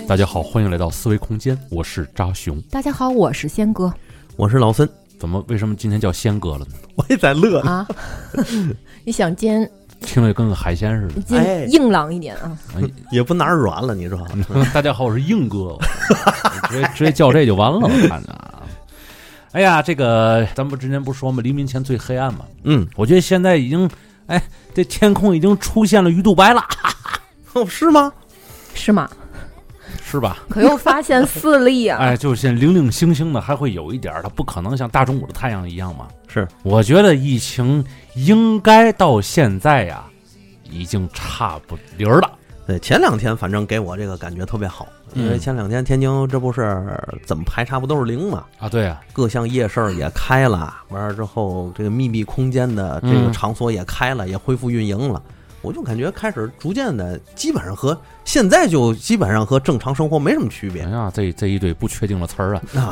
大家好，欢迎来到思维空间，我是扎熊。 大家好，我是仙哥， 我是老孙。 为什么今天叫仙哥了呢？ 我也在乐啊！你想煎， 听着跟个海鲜似的， 煎硬朗一点啊！ 也不哪儿软了，你知道吗？ 大家好，我是硬哥，直接叫这就完了，我看着啊。哎呀，这个咱们之前不说吗？黎明前最黑暗嘛。我觉得现在已经，这天空已经出现了鱼肚白了。 哦，是吗？ 是吗？ 是吧？ 可又发现4例啊！ 就是现在零零星星的，还会有一点，它不可能像大中午的太阳一样嘛。 是， 我觉得疫情应该到现在呀，已经差不离儿了。 对，前2天反正给我这个感觉特别好，因为前2天天津这不是怎么排查不都是零嘛？ 啊，对啊， 各项夜市也开了，完了之后这个密闭空间的这个场所也开了，也恢复运营了。我就感觉开始逐渐的，基本上和现在就基本上和正常生活没什么区别。 哎呀，这一堆不确定的词儿啊！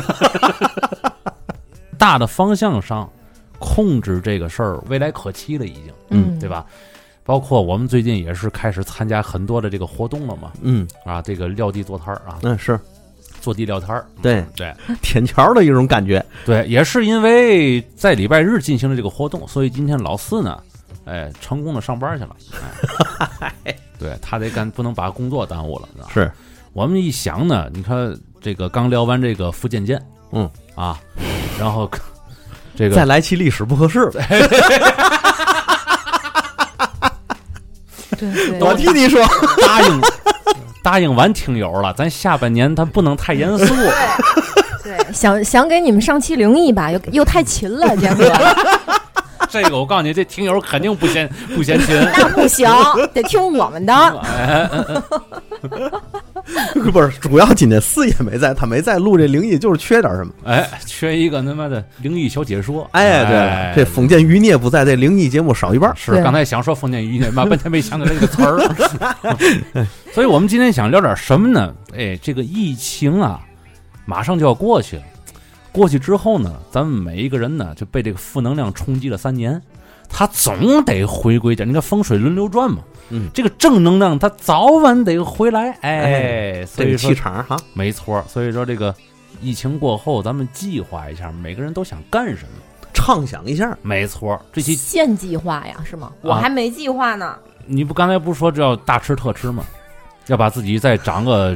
大的方向上控制这个事儿，未来可期了已经，对吧？包括我们最近也是开始参加很多的这个活动了嘛，这个撂地坐摊儿啊， 是坐地撂摊儿， 对，天桥的一种感觉。 对，也是因为在礼拜日进行了这个活动，所以今天老四呢。成功的上班去了。对，他得不能把工作耽误了。 是我们一想呢，你看这个刚聊完这个福建舰，然后这个再来期历史不合适。 对， 我替你说， 答应完听友了，咱下半年他不能太严肃。 对，想给你们上期灵异吧，又太勤了，杰哥。 这个我告诉你，这听友肯定不嫌勤。 那不行，得听我们的。 不是，主要今天4也没在，他没在录这灵异，就是缺点什么。 缺一个他妈的灵异小解说。 对，这封建余孽不在，这灵异节目少一半。 是，刚才想说封建余孽，半天没想起来这个词儿。所以我们今天想聊点什么呢？这个疫情啊，马上就要过去了。过去之后呢，咱们每一个人呢就被这个负能量冲击了3年，他总得回归点。你看风水轮流转嘛，这个正能量它早晚得回来。所以说气场哈， 没错。所以说这个疫情过后，咱们计划一下，每个人都想干什么， 畅想一下。 没错，这期现计划呀，是吗？我还没计划呢。 你不刚才不是说这要大吃特吃吗？要把自己再长个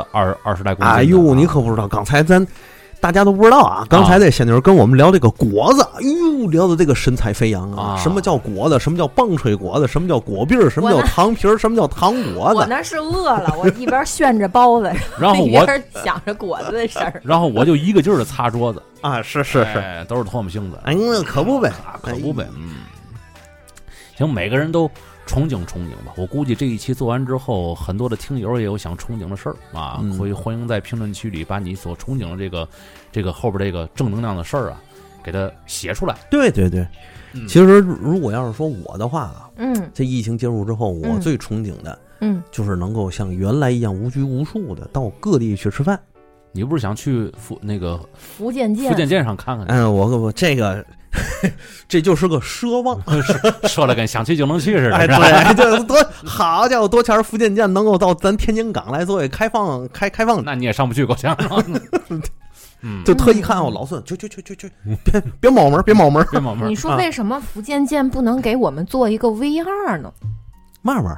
20来公斤。 哎呦，你可不知道，刚才大家都不知道啊！刚才这仙女跟我们聊这个果子，聊的这个神采飞扬啊！什么叫果子？什么叫棒槌果子？什么叫果篦？什么叫糖皮儿？什么叫糖果子？ 我那是饿了，我一边炫着包子， 然后一边想着果子的事儿， 然后我就一个劲儿的擦桌子啊！是， 都是唾沫星子。 可不呗， 可不呗。行，每个人都憧憬吧。我估计这一期做完之后，很多的听友也有想憧憬的事儿啊，所以欢迎在评论区里把你所憧憬的这个后边这个正能量的事儿啊，给它写出来。 对，其实如果要是说我的话啊，这疫情结束之后，我最憧憬的，就是能够像原来一样无拘无束的到各地去吃饭。 你不是想去福建舰上看看？ 我这个。这就是个奢望， 说了跟想去就能去似的。 对，这多好家伙，多钱福建舰能够到咱天津港来作为开放， 那你也上不去够呛。 就特意看老孙，去，别冒门，别冒门。 你说为什么福建舰不能给我们做一个 VR 呢？ 嘛玩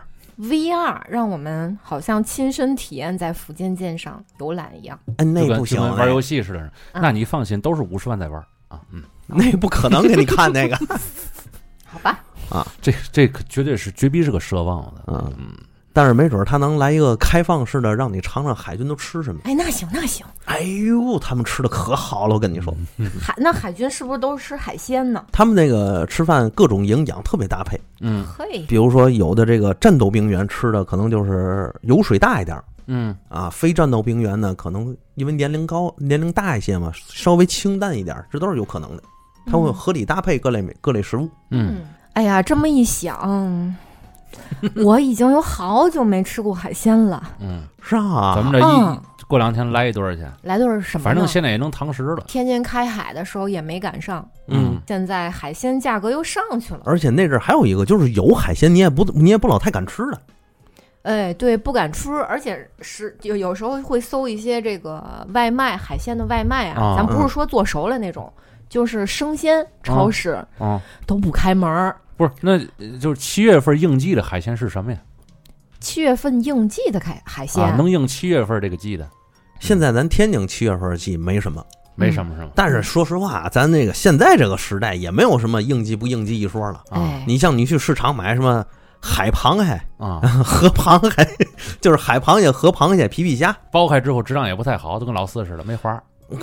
VR 让我们好像亲身体验在福建舰上游览一样。 那不行， 玩游戏似的。那你放心，都是50万在玩啊。 那不可能给你看那个。 好吧。 这绝逼是个奢望的。 但是没准他能来一个开放式的，让你尝尝海军都吃什么。 那行。 哎呦，他们吃的可好了，我跟你说。 那海军是不是都是吃海鲜呢？ 他们那个吃饭各种营养特别搭配。比如说有的这个战斗兵员吃的可能就是油水大一点。非战斗兵员呢，可能因为年龄大一些嘛，稍微清淡一点，这都是有可能的。它会合理搭配各类食物。 哎呀，这么一想，我已经有好久没吃过海鲜了。 是啊， 咱们这过2天来一顿去。 来顿什么？ 反正现在也能堂食了。 天津开海的时候也没赶上。现在海鲜价格又上去了。 而且那阵还有一个，就是有海鲜你也不老太敢吃了。 哎，对，不敢吃，而且是有时候会搜一些这个外卖，海鲜的外卖啊，咱不是说做熟了那种，就是生鲜超市都不开门。 不是，那就是7月份应季的海鲜是什么呀 ？7月份应季的海鲜， 能应7月份这个季的。 现在咱天津7月份季没什么。 没什么是吗？ 但是说实话，咱那个现在这个时代也没有什么应季不应季一说了啊。 你像你去市场买什么海螃蟹啊、河螃蟹，就是海螃蟹、河螃蟹、皮皮虾， 剥开之后质量也不太好，都跟老四似的，没花。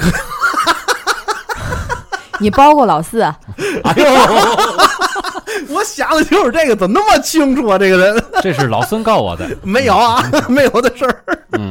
你包过老四？哎呦，我想的就是这个，怎么那么清楚啊？这个人， 这是老孙告我的， 没有啊，没有的事儿。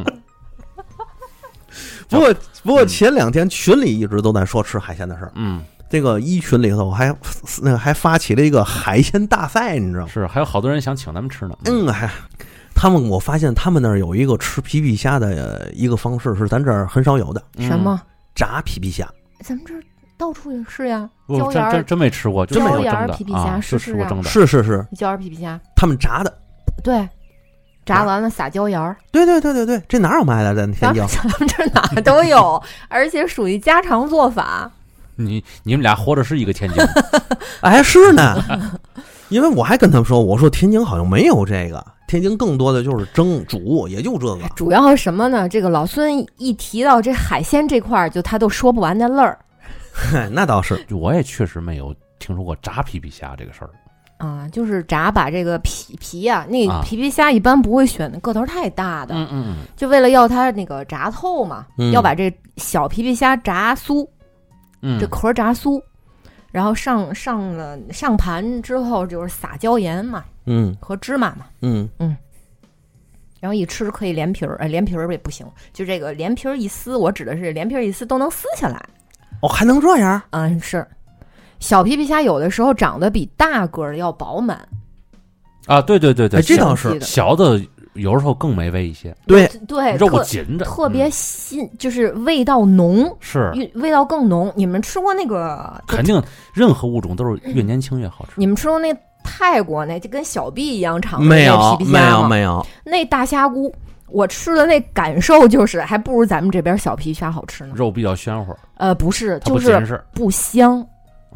不过前2天群里一直都在说吃海鲜的事儿。这个一群里头还发起了一个海鲜大赛，你知道吗？ 是，还有好多人想请咱们吃呢。 我发现他们那儿有一个吃皮皮虾的一个方式是咱这儿很少有的。 什么？ 炸皮皮虾。 咱们这儿到处也是呀。 真没吃过， 椒盐皮皮虾是吃过蒸的。 是椒盐皮皮虾， 他们炸的。 对。炸完了撒椒盐儿， 对，这哪有卖的？在天津， 咱们这哪都有，而且属于家常做法。 你们俩活着是一个天津？ 哎，是呢，因为我还跟他们说，我说天津好像没有这个，天津更多的就是蒸煮，也就这个。 主要是什么呢？这个老孙一提到这海鲜这块儿，就他都说不完那乐儿。 那倒是， 我也确实没有听说过炸皮皮虾这个事儿。 就是炸，把这个皮啊，那皮皮虾一般不会选个头太大的，就为了要它那个炸透嘛，要把这小皮皮虾炸酥，这壳炸酥，然后上盘之后就是撒椒盐嘛，和芝麻嘛，然后一吃可以连皮儿，连皮儿也不行，就这个连皮儿一撕，我指的是连皮儿一撕都能撕下来。 哦，还能这样？ 是。小皮皮虾有的时候长得比大个的要饱满啊，对， 这倒是。 小的有时候更美味一些， 对， 肉紧着， 特别新，就是味道浓， 是味道更浓。你们吃过那个？ 肯定，任何物种都是越年轻越好吃。 你们吃过那泰国那就跟小臂一样长的那皮皮虾吗？ 没有。 那大虾菇，我吃的那感受就是还不如咱们这边小皮虾好吃呢。 肉比较暄乎。 不是，就是不香。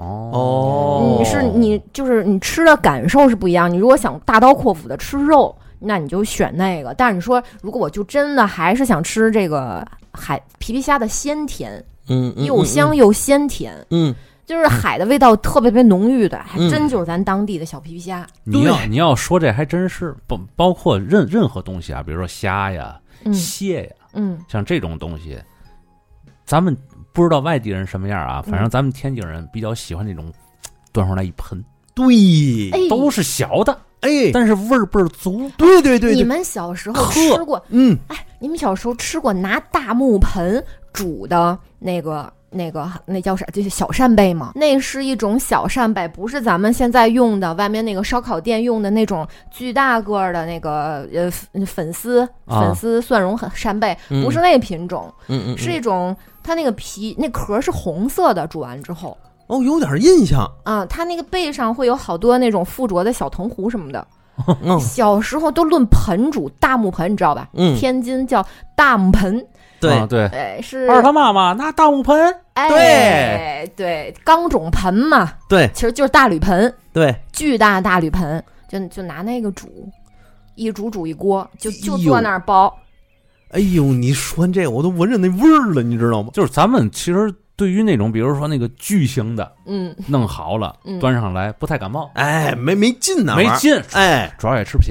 你吃的感受是不一样。你如果想大刀阔斧的吃肉，那你就选那个。但是你说，如果我就真的还是想吃这个皮皮虾的鲜甜，又香又鲜甜，就是海的味道特别浓郁的，还真就是咱当地的小皮皮虾。 你要说这还真是包括任何东西啊，比如说虾呀、蟹呀，像这种东西，咱们。不知道外地人什么样啊，反正咱们天津人比较喜欢那种端上来一盆， 对， 都是小的，但是味儿倍儿足。 对， 你们小时候吃过？你们小时候吃过拿大木盆煮的那叫啥？就是小扇贝吗？那是一种小扇贝，不是咱们现在用的外面那个烧烤店用的那种巨大个的那个粉丝蒜蓉扇贝，不是那个品种，是一种。它那个皮那壳是红色的，煮完之后有点印象它那个背上会有好多那种附着的小藤壶什么的。小时候都论盆煮，大木盆你知道吧？天津叫大木盆。 对， 是二他妈妈拿大木盆。 对，钢种盆嘛。 对， 其实就是大铝盆。 对， 巨大的大铝盆，就拿那个煮，一煮一锅，就坐那儿包。 哎呦，你说这个我都闻着那味儿了，你知道吗？ 就是咱们其实对于那种，比如说那个巨型的，弄好了，端上来不太感冒。 没劲呢， 没劲。主要也吃不起。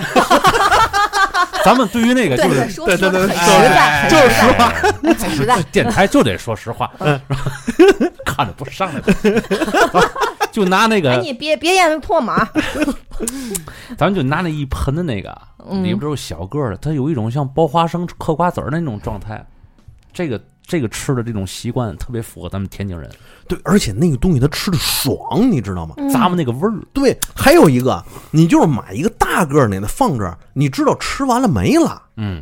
咱们对于那个就是对，就是实话， 很实在。 电台就得说实话，看着不上来的。就拿那个， 你别咽唾沫。 咱们就拿那一盆的那个，里边都是小个的，它有一种像剥花生、嗑瓜子儿那种状态。这个吃的这种习惯特别符合咱们天津人。 对，而且那个东西它吃的爽，你知道吗？ 咂摸那个味儿。 对，还有一个，你就是买一个大个儿那的放这儿，你知道吃完了没了。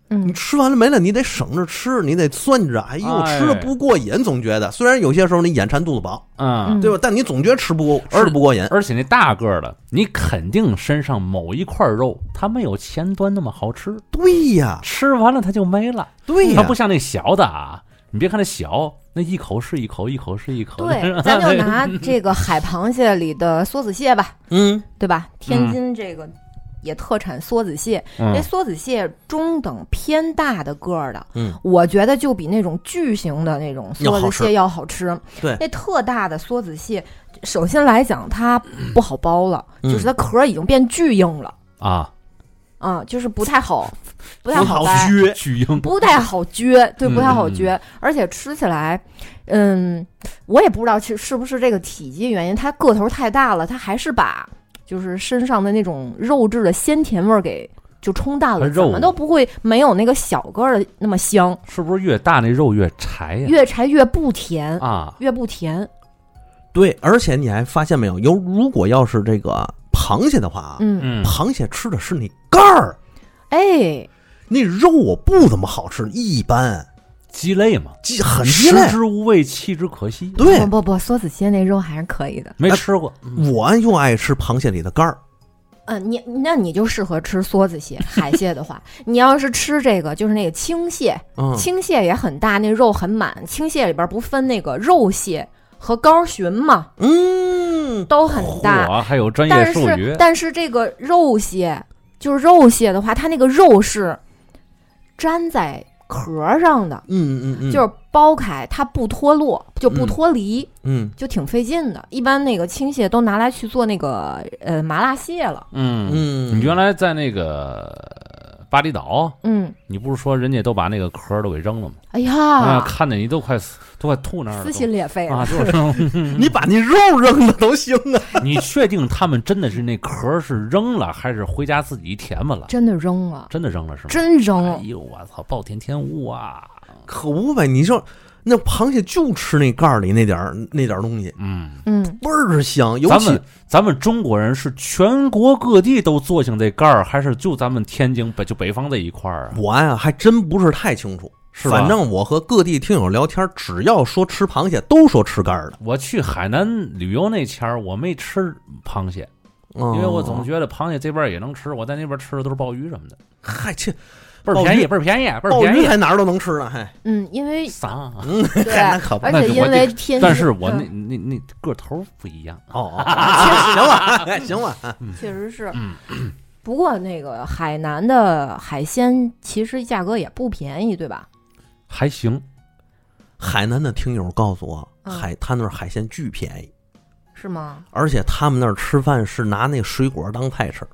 你吃完了没了，你得省着吃，你得算着，哎呦，吃的不过瘾，总觉得虽然有些时候你眼馋肚子饱，对吧？但你总觉得吃不过瘾。 而且那大个的，你肯定身上某一块肉，它没有前端那么好吃。 对呀， 吃完了它就没了。 对呀， 它不像那小的啊，你别看它小，那一口是一口，一口是一口。 对，咱就拿这个海螃蟹里的梭子蟹吧，对吧？天津这个。也特产梭子蟹，那梭子蟹中等偏大的个儿的，我觉得就比那种巨型的那种梭子蟹要好吃。 对， 那特大的梭子蟹，首先来讲它不好剥了，就是它壳已经变巨硬了就是不太好撅， 巨硬， 不太好撅，对，不太好撅，而且吃起来，我也不知道是不是这个体积原因，它个头太大了，它还是把。就是身上的那种肉质的鲜甜味儿给就冲淡了，怎么都不会没有那个小个儿的那么香。 是不是越大那肉越柴呀？ 越柴越不甜啊， 越不甜。 对，而且你还发现没有，如果要是这个螃蟹的话螃蟹吃的是那盖儿，那肉我不怎么好吃，一般。 鸡肋嘛， 很鸡肋， 食之无味，弃之可惜。 对， 不，梭子蟹那肉还是可以的。 没吃过， 我又爱吃螃蟹里的肝儿。 你就适合吃梭子蟹，海蟹的话，你要是吃这个就是那个青蟹，青蟹也很大，那肉很满。青蟹里边不分那个肉蟹和膏蟳嘛，都很大。 还有专业术语。 但是这个肉蟹，就是肉蟹的话，它那个肉是粘在壳上的，就是剥开它不脱落，就不脱离，就挺费劲的。一般那个青蟹都拿来去做那个麻辣蟹了。 你原来在那个巴厘岛，你不是说人家都把那个壳都给扔了吗？ 哎呀， 看着你都快吐那儿了， 撕心裂肺啊！就是你把那肉扔了都行啊。 你确定他们真的是那壳是扔了，还是回家自己填吧了？ 真的扔了， 真的扔了是吗？ 真扔了！ 哎呦我操，暴殄天物啊！ 可不呗，你说那螃蟹就吃那盖儿里那点东西，倍儿香。尤其咱们中国人是全国各地都做兴这盖儿，还是就咱们天津北方这一块儿啊？ 我呀还真不是太清楚。反正我和各地听友聊天，只要说吃螃蟹，都说吃肝的。 我去海南旅游那前儿，我没吃螃蟹，因为我总觉得螃蟹这边也能吃，我在那边吃的都是鲍鱼什么的。 嗨，这倍儿便宜，倍儿便宜，倍儿便宜， 还哪儿都能吃呢，还。 因为啥？ 对，而且因为天津， 但是我那个头不一样。 行了， 确实是。不过那个海南的海鲜其实价格也不便宜，对吧？ 还行。 海南的听友告诉我，他那儿海鲜巨便宜， 是吗？ 而且他们那儿吃饭是拿那水果当菜吃。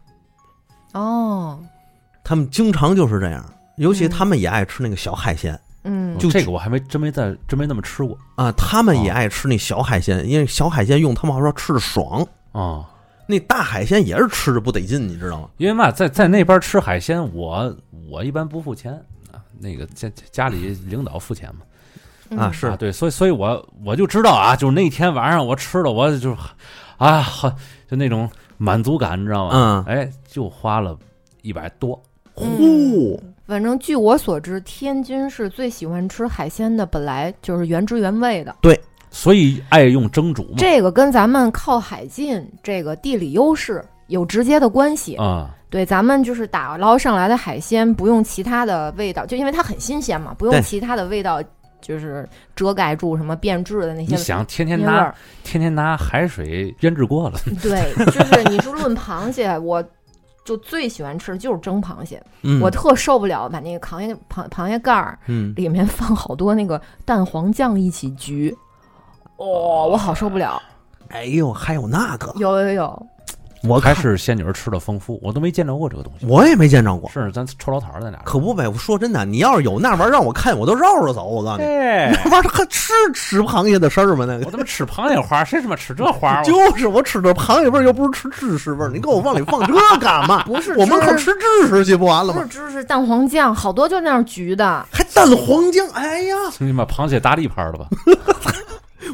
他们经常就是这样，尤其他们也爱吃那个小海鲜。 就这个我还真没那么吃过啊。他们也爱吃那小海鲜，因为小海鲜用他们好说吃的爽啊。 那大海鲜也是吃着不得劲，你知道吗？ 因为嘛，在那边吃海鲜，我一般不付钱啊，那个家里领导付钱嘛。 是对，所以我就知道啊，就是那天晚上我吃了，我就就那种满足感，你知道吗？就花了100多。 反正据我所知，天津是最喜欢吃海鲜的，本来就是原汁原味的。 对。 所以爱用蒸煮嘛， 这个跟咱们靠海近这个地理优势有直接的关系啊。 对，咱们就是打捞上来的海鲜，不用其他的味道，就因为它很新鲜嘛，不用其他的味道，就是遮盖住什么变质的那些。 你想天天拿海水腌制过了。 对，就是你说论螃蟹，我就最喜欢吃的就是蒸螃蟹。我特受不了把那个螃蟹盖儿，里面放好多那个蛋黄酱一起焗。我好受不了。 哎呦，还有那个有， 我还是仙女吃的丰富，我都没见着过这个东西。 我也没见着过， 是咱臭老头在哪？ 可不呗！我说真的，你要是有那玩意儿让我看，我都绕着走。我告诉你，那玩意儿还吃螃蟹的事儿吗？那个我他妈吃螃蟹花，谁他妈吃这花？ 就是我吃这螃蟹味儿，又不是吃知识味儿，你给我往里放这干嘛？ 不是， 我们可吃知识去不完了吗？ 不是知识，蛋黄酱好多就那样焗的， 还蛋黄酱。哎呀， 你妈螃蟹大力牌的吧？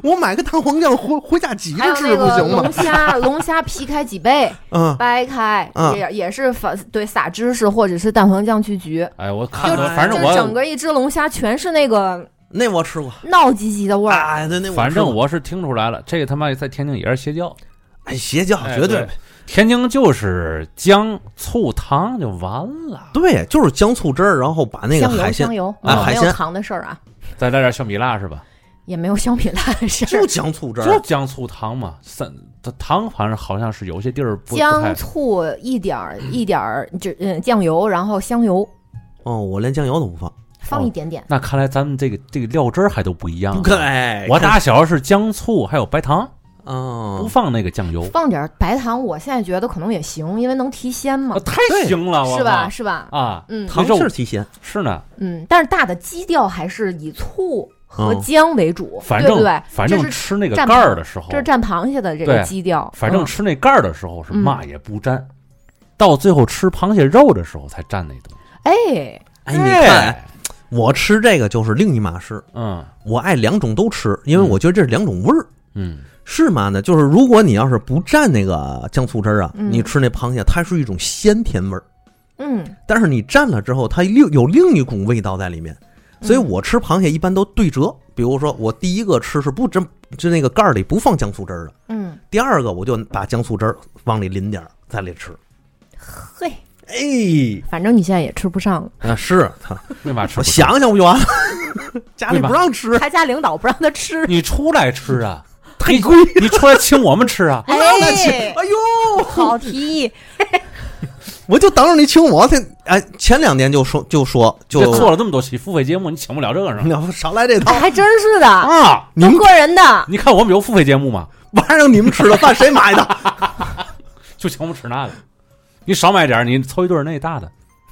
我买个蛋黄酱回家挤着吃不行吗？ 龙虾皮开几倍，掰开，也是撒芝士或者是蛋黄酱去焗。 哎，我看到，反正我整个一只龙虾全是那我吃过， 闹唧唧的味儿。 哎，对， 反正我是听出来了，这个他妈在天津也是邪教。 哎，邪教绝对。 天津就是姜、醋、糖就完了。 对，就是姜、醋汁儿，然后把那个海鲜， 香油， 海鲜没有糖的事儿啊。 再来点小米辣是吧？ 也没有小米辣的事儿， 就姜醋汁儿， 就姜醋糖嘛。糖反正好像是有些地儿不姜醋一点儿，就酱油，然后香油。 哦，我连酱油都不放一点点。 那看来咱们这个料汁儿还都不一样。 不对， 我打小是姜醋还有白糖。 不放那个酱油， 放点白糖，我现在觉得可能也行，因为能提鲜嘛。 太行了， 是吧？ 啊， 糖是提鲜， 是呢。 但是大的基调还是以醋和姜为主，对不对？ 反正吃那个盖儿的时候， 这是蘸螃蟹的这个基调。 反正吃那盖儿的时候是嘛也不蘸，到最后吃螃蟹肉的时候才蘸那东西。 哎，你看，我吃这个就是另一码事。我爱两种都吃，因为我觉得这是两种味儿。是嘛呢？就是如果你要是不蘸那个姜醋汁儿啊，你吃那螃蟹，它是一种鲜甜味儿。但是你蘸了之后，它有另一股味道在里面。所以我吃螃蟹一般都对折。比如说，我第一个吃是就那个盖儿里不放姜醋汁儿的。第二个我就把姜醋汁儿往里淋点儿，在里吃。 嘿， 反正你现在也吃不上了。 是他为嘛吃不上？ 我想想不就完了？家里不让吃， 他家领导不让他吃。 你出来吃啊！ 太贵， 你出来请我们吃啊！ 不让他请。哎呦， 好提议。 我就等着你请我。前2年就做了这么多期付费节目，你请不了这个是吧？少来这套， 还真是的啊！ 你们个人的， 你看我们有付费节目吗？ 晚上你们吃的饭谁买的？ 就请我们吃那个，你少买点，你凑一顿那大的。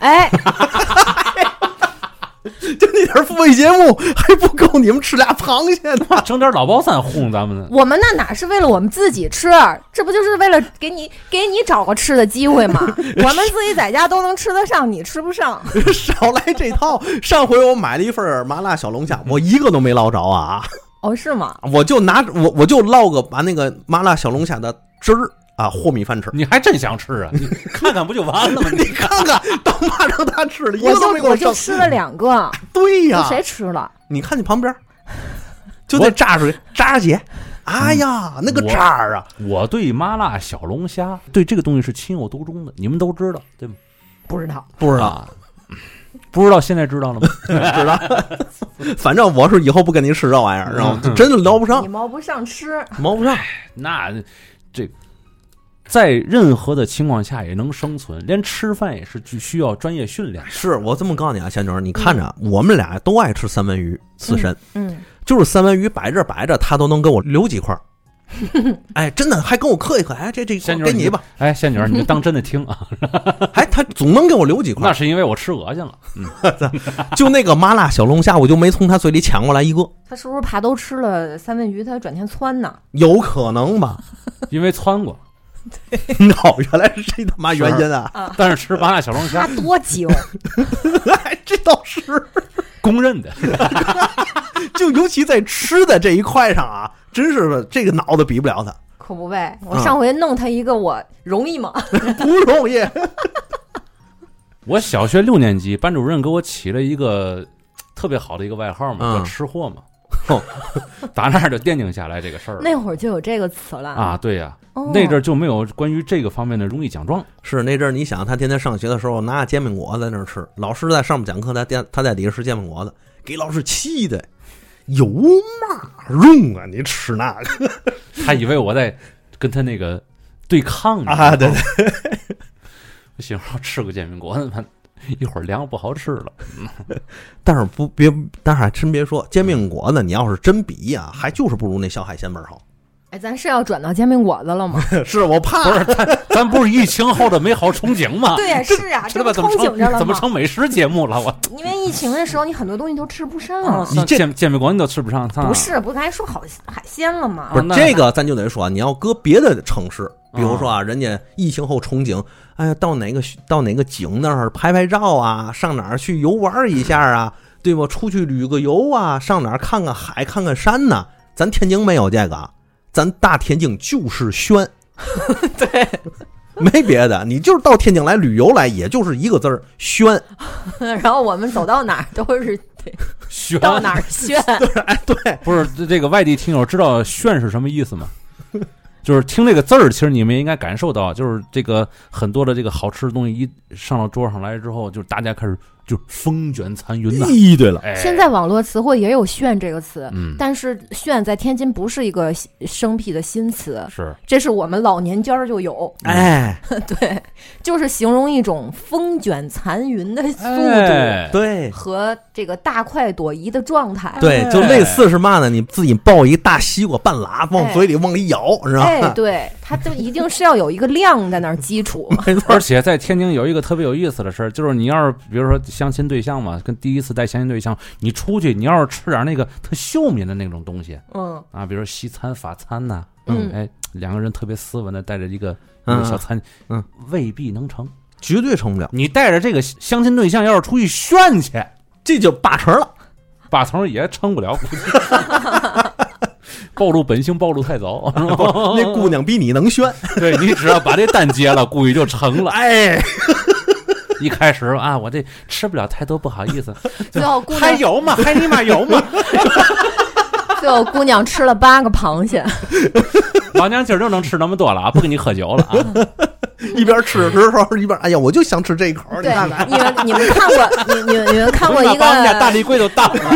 就那点付费节目还不够你们吃俩螃蟹呢， 整点老包三糊咱们呢。 我们那哪是为了我们自己吃，这不就是为了给你找个吃的机会吗？我们自己在家都能吃得上，你吃不上。 少来这套！上回我买了一份麻辣小龙虾，我一个都没捞着啊。 是吗？ 我就捞个把那个麻辣小龙虾的汁儿和米饭吃。 你还真想吃啊？你看看不就完了吗？ 你看看，都骂让他吃了， 我就吃了2个。 对呀， 谁吃了？ 你看你旁边，就那渣姐，哎呀，那个渣儿啊！ 我对麻辣小龙虾对这个东西是情有独钟的，你们都知道对吗？ 不知道， 不知道，现在知道了吗？ 知道。反正我是以后不跟你吃这玩意儿，然后真的捞不上， 你捞不上吃， 捞不上。 那这。在任何的情况下也能生存，连吃饭也是需要专业训练。 是我这么告诉你啊，仙女，你看着，我们俩都爱吃三文鱼刺身，就是三文鱼摆着，他都能给我留几块。哎，真的还跟我客气，这给你吧。 哎，仙女，你就当真的听啊。 他总能给我留几块。 那是因为我吃恶心了。 就那个麻辣小龙虾，我就没从他嘴里抢过来一个。 他是不是怕都吃了三文鱼，他转天窜呢？ 有可能吧， 因为窜过。 原来是这他妈原因啊！ 但是吃麻辣小龙虾多久？ 这倒是公认的。 就尤其在吃的这一块上啊，真是这个脑子比不了他。 可不呗，我上回弄他一个，我容易吗？ 不容易。 我小学6年级，班主任给我起了一个特别好的一个外号嘛，叫吃货嘛。打那儿就奠定下来这个事儿。 那会儿就有这个词了啊！对呀，那阵儿就没有关于这个方面的荣誉奖状。 是那阵儿，你想他天天上学的时候拿煎饼果子在那儿吃，老师在上面讲课，他在底下吃煎饼果子，给老师气的有嘛用啊！你吃那个， 他以为我在跟他那个对抗呢啊！对， 我心说吃个煎饼果子，一会儿凉不好吃了。 但是但是还真别说，煎饼果子你要是真比呀，还就是不如那小海鲜味儿好。 哎，咱是要转到煎饼果子了吗？ 是我怕， 不是咱不是疫情后的美好憧憬吗？ 对呀，是啊，这不憧憬着了吗？ 怎么成美食节目了？ 因为疫情的时候，你很多东西都吃不上。 你煎饼果子你都吃不上， 不是刚才说好海鲜了吗？ 不是这个，咱就得说，你要搁别的城市，比如说人家疫情后憧憬，哎呀，到哪个景那儿拍照啊，上哪儿去游玩一下啊，对吧？出去旅个游啊，上哪儿看看海，看看山呐。 咱天津没有这个，咱大天津就是炫。 对， 没别的，你就是到天津来旅游来，也就是一个字儿炫。 然后我们走到哪儿都是炫， 到哪儿炫。 对， 不是这个外地听友知道炫是什么意思吗？就是听这个字儿，其实你们也应该感受到，就是这个很多的这个好吃的东西一上到桌上来之后，就是大家开始就风卷残云呐。 对了， 现在网络词汇也有炫这个词，但是炫在天津不是一个生僻的新词，这是我们老年间就有。对，就是形容一种风卷残云的速度， 对， 和这个大快朵颐的状态。 对，就类似是嘛呢？你自己抱一大西瓜半拉，往嘴里往里咬，是吧？ 对，它就一定是要有一个量在那儿基础。 而且在天津有一个特别有意思的事儿，就是你要是比如说相亲对象嘛，跟第一次带相亲对象，你出去你要是吃点那个特秀敏的那种东西，比如说西餐法餐呐，两个人特别斯文的带着一个小餐，未必能成， 绝对成不了。 你带着这个相亲对象要是出去炫去， 这就8成了 ，8成也成不了，估计。暴露本性暴露太早， 那姑娘比你能炫。 对，你只要把这单结了，估计就成了。一开始啊，我这吃不了太多，不好意思。 最后姑娘还有吗？还你妈有吗？ 最后姑娘吃了8个螃蟹。 老娘今儿就能吃那么多了啊！不跟你喝酒了啊！ 一边吃的时候一边，哎呀，我就想吃这一口。 对，你们看过你们看过一个把我们家大立柜都当了。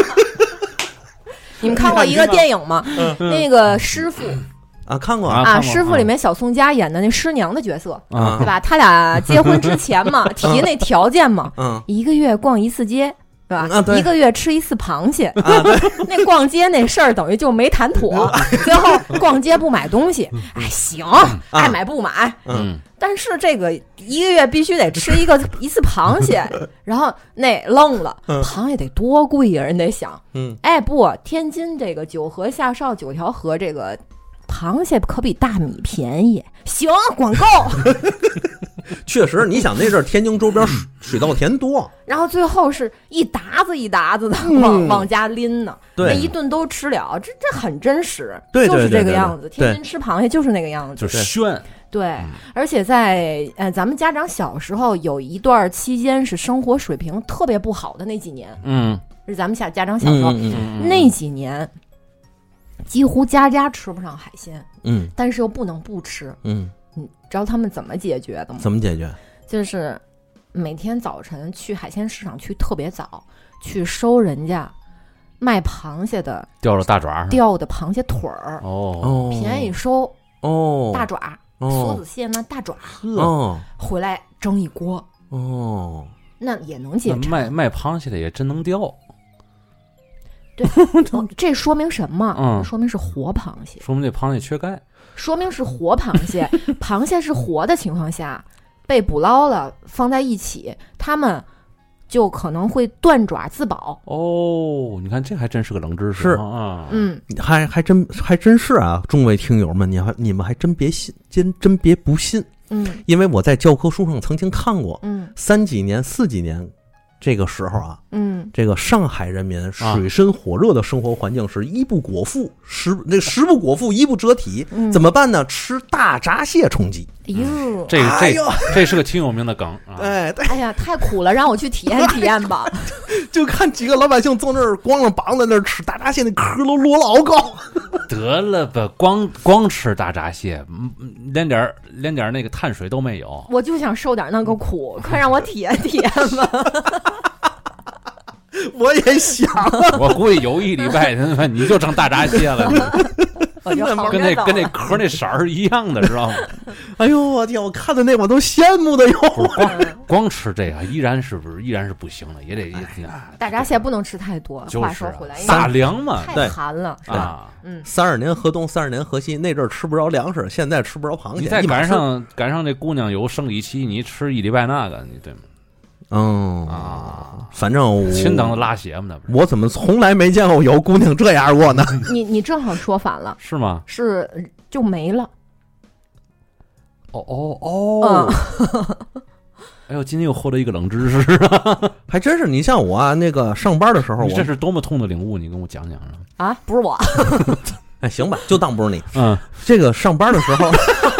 你们看过一个电影吗？那个师傅啊，看过啊，师傅里面小宋佳演的那师娘的角色，对吧？他俩结婚之前嘛，提那条件嘛，1个月逛1次街，对吧？1个月吃1次螃蟹，那逛街那事儿等于就没谈妥，最后逛街不买东西，哎，行，爱买不买，但是这个1个月必须得吃一次螃蟹，然后那愣了，螃蟹得多贵呀？人得想，不，天津这个九河下哨9条河这个螃蟹可比大米便宜，行，管够。 确实，你想那阵儿天津周边水稻田多， 然后最后是一沓子一沓子的往家拎呢，那一顿都吃了，这很真实，就是这个样子。天津吃螃蟹就是那个样子， 就是炫。 对，而且在咱们家长小时候有一段期间是生活水平特别不好的那几年，是咱们家长小时候那几年，几乎家家吃不上海鲜，但是又不能不吃，你知道他们怎么解决的吗？ 怎么解决？ 就是每天早晨去海鲜市场去特别早，去收人家卖螃蟹的掉了大爪掉的螃蟹腿儿，便宜收大爪。梭子蟹那大爪，回来蒸一锅，那也能解馋。 卖螃蟹的也真能钓， 对，这说明什么？说明是活螃蟹， 说明这螃蟹缺钙， 说明是活螃蟹。螃蟹是活的情况下被捕捞了，放在一起，它们就可能会断爪自保。 你看这还真是个冷知识， 是啊， 还真是啊，众位听友们，你们还真别信，真别不信，因为我在教科书上曾经看过，3几年、4几年这个时候啊，这个上海人民水深火热的生活环境是衣不裹腹，食不裹腹，衣不遮体，怎么办呢？吃大闸蟹充饥。 这是个挺有名的梗啊！ 哎呀，太苦了，让我去体验体验吧。 就看几个老百姓坐那儿光着膀子那儿吃大闸蟹，那壳都摞老高。 得了吧，光吃大闸蟹，连点那个碳水都没有。 我就想受点那个苦，快让我体验体验吧。 我也想， 我估计有1礼拜你就成大闸蟹了。跟那壳那色儿一样的，知道吗？ 哎呦我天！我看的那我都羡慕的哟。 光吃这个依然是不行的，也得大闸蟹不能吃太多。话说回来， 大凉嘛， 太寒了啊。 32年河东，32年河西，那阵儿吃不着粮食，现在吃不着螃蟹。 你再赶上这姑娘有生理期，你吃1礼拜那个，你对吗？ 反正亲等的拉血嘛， 我怎么从来没见过有姑娘这样过呢？ 你正好说反了， 是吗？ 是就没了。 哎呦，今天又获得一个冷知识啊！ 还真是，你像我啊，那个上班的时候， 这是多么痛的领悟，你跟我讲讲啊！不是我， 哎，行吧，就当不是你。这个上班的时候，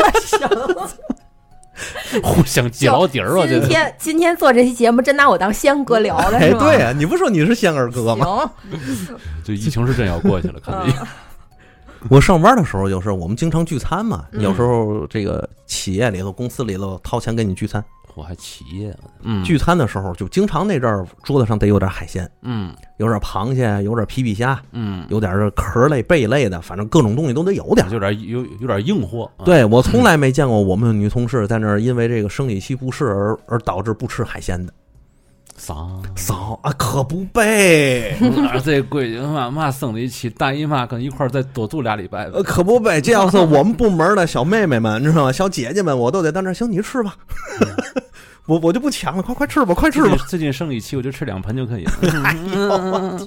互相揭老底儿。我觉得今天做这期节目，真拿我当仙哥聊的是吧？ 对呀，你不说你是仙儿哥吗？ 行， 就疫情是真要过去了，看着。 我上班的时候，有时候我们经常聚餐嘛，有时候这个企业里头、公司里头掏钱给你聚餐。 我还企业， 聚餐的时候就经常那阵儿桌子上得有点海鲜，有点螃蟹，有点皮皮虾，有点壳类、贝类的，反正各种东西都得有点， 有点硬货。 对，我从来没见过我们的女同事在那儿因为这个生理期不适而导致不吃海鲜的。嫂啊，可不呗！ 这闺女嘛生理期，大姨妈跟一块儿再多住2礼拜吧。 可不呗！这要是我们部门的小妹妹们，你知道吗？小姐姐们，我都得在那行，你吃吧。我就不抢了，快吃吧，快吃吧！ 最近生理期，我就吃2盆就可以了。 哎呦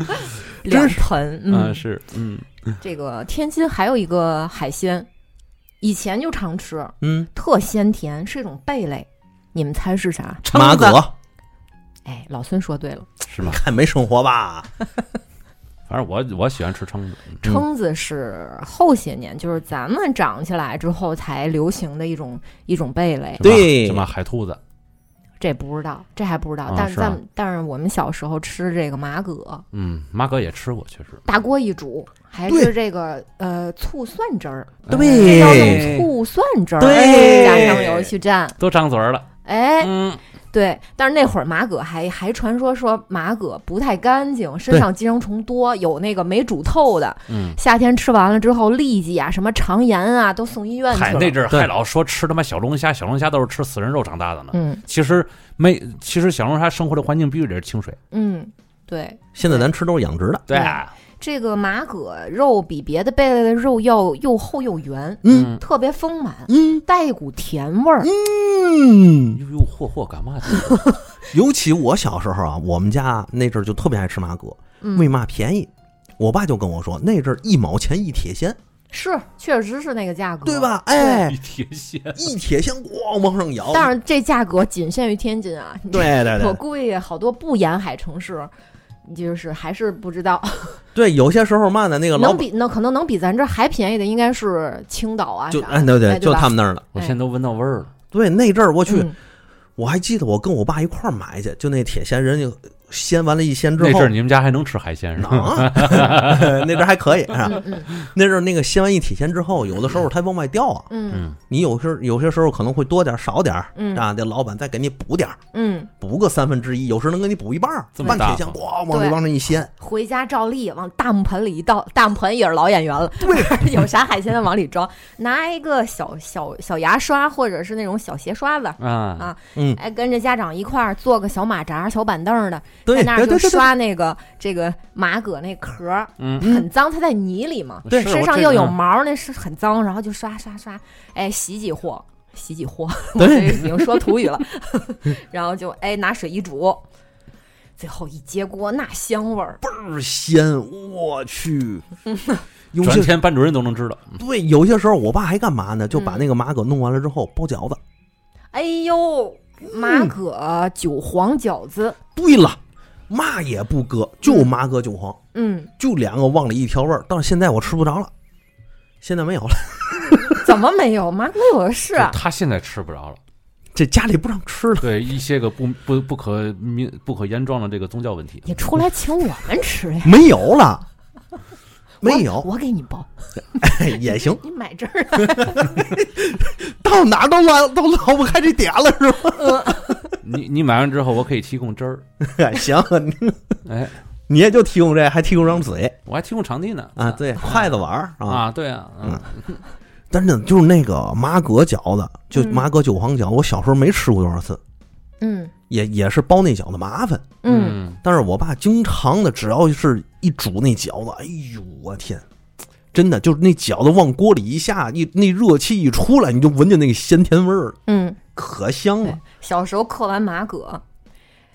2盆， 是， 这个天津还有一个海鲜，以前就常吃，特鲜甜，是一种贝类，你们猜是啥？ 马蛤。 哎，老孙说对了， 是吗？ 看没生活吧？ 反正我喜欢吃蛏子。 蛏子是后些年，就是咱们长起来之后才流行的一种贝类。 对， 什么海兔子？ 这不知道，这还不知道。但是我们小时候吃这个马蛤， 马蛤也吃过，确实。 大锅一煮，还是这个醋蒜汁儿， 对， 要用醋蒜汁儿， 对， 加上油去蘸， 都张嘴了。 哎，对，但是那会儿马蛤还传说马蛤不太干净，身上寄生虫多，有那个没煮透的，夏天吃完了之后痢疾啊、什么肠炎啊，都送医院去了。 那阵儿还老说吃他妈小龙虾都是吃死人肉长大的呢。其实小龙虾生活的环境必须得是清水。 对。 现在咱吃都是养殖的。 对啊。 这个马蛤肉比别的贝类的肉要又厚又圆，特别丰满，带一股甜味儿， 嚯，干嘛去？ 尤其我小时候啊，我们家那阵儿就特别爱吃马蛤，为嘛便宜？我爸就跟我说，那阵儿1毛钱一铁锨， 是，确实是那个价格， 对吧？哎， 一铁锨咣往上摇。 当然，这价格仅限于天津啊， 对， 我估计好多不沿海城市。就是还是不知道， 对，有些时候嘛呢，那个可能能比咱这还便宜的，应该是青岛啊， 对，就他们那儿了。 我现在都闻到味儿了。 对，那阵儿我去，我还记得我跟我爸一块儿买去，就那铁锨，人家鲜完了一鲜之后， 那阵儿你们家还能吃海鲜是吧？ 那阵儿还可以啊。那阵儿那个鲜完一铁锨之后，有的时候它往外掉啊。你有些时候可能会多点少点啊，这老板再给你补点补个1/3，有时能给你补一半，半铁锨咣往那一掀。 回家照例往大木盆里一倒，大木盆也是老演员了。 对， 有啥海鲜往里装，拿一个小牙刷或者是那种小鞋刷子哎，跟着家长一块儿做个小马扎、小板凳的。在那儿就刷这个马蛤那壳，很脏，它在泥里嘛，身上又有毛，那是很脏，然后就刷，哎，洗几货，我这已经说土语了，然后就拿水一煮，最后一接锅，那香味儿倍儿鲜，我去， 转天班主任都能知道。 对，有些时候我爸还干嘛呢？就把那个马蛤弄完了之后包饺子。 哎呦，马蛤韭黄饺子。 对了。嘛也不搁，就马蛤韭黄，就2个往里一调味儿。但是现在我吃不着了，现在没有了。 怎么没有？马蛤有的是啊。 他现在吃不着了， 这家里不让吃了。 对，一些个不可言状的这个宗教问题。 你出来请我们吃呀？ 没有了，没有， 我给你包， 也行。 你买这儿， 到哪都捞不开这点了，是吧？ 你买完之后，我可以提供汁儿。 行， 哎， 你也就提供这，还提供张嘴， 我还提供场地呢。 啊，对，筷子碗啊，对啊， 但是就是那个马蛤饺子，就马蛤韭黄饺，我小时候没吃过多少次。也是包那饺子麻烦。但是我爸经常的，只要是一煮那饺子，哎呦我天！真的就是那饺子往锅里一下，那热气一出来，你就闻见那个鲜甜味儿，可香了。 小时候嗑完马蛤，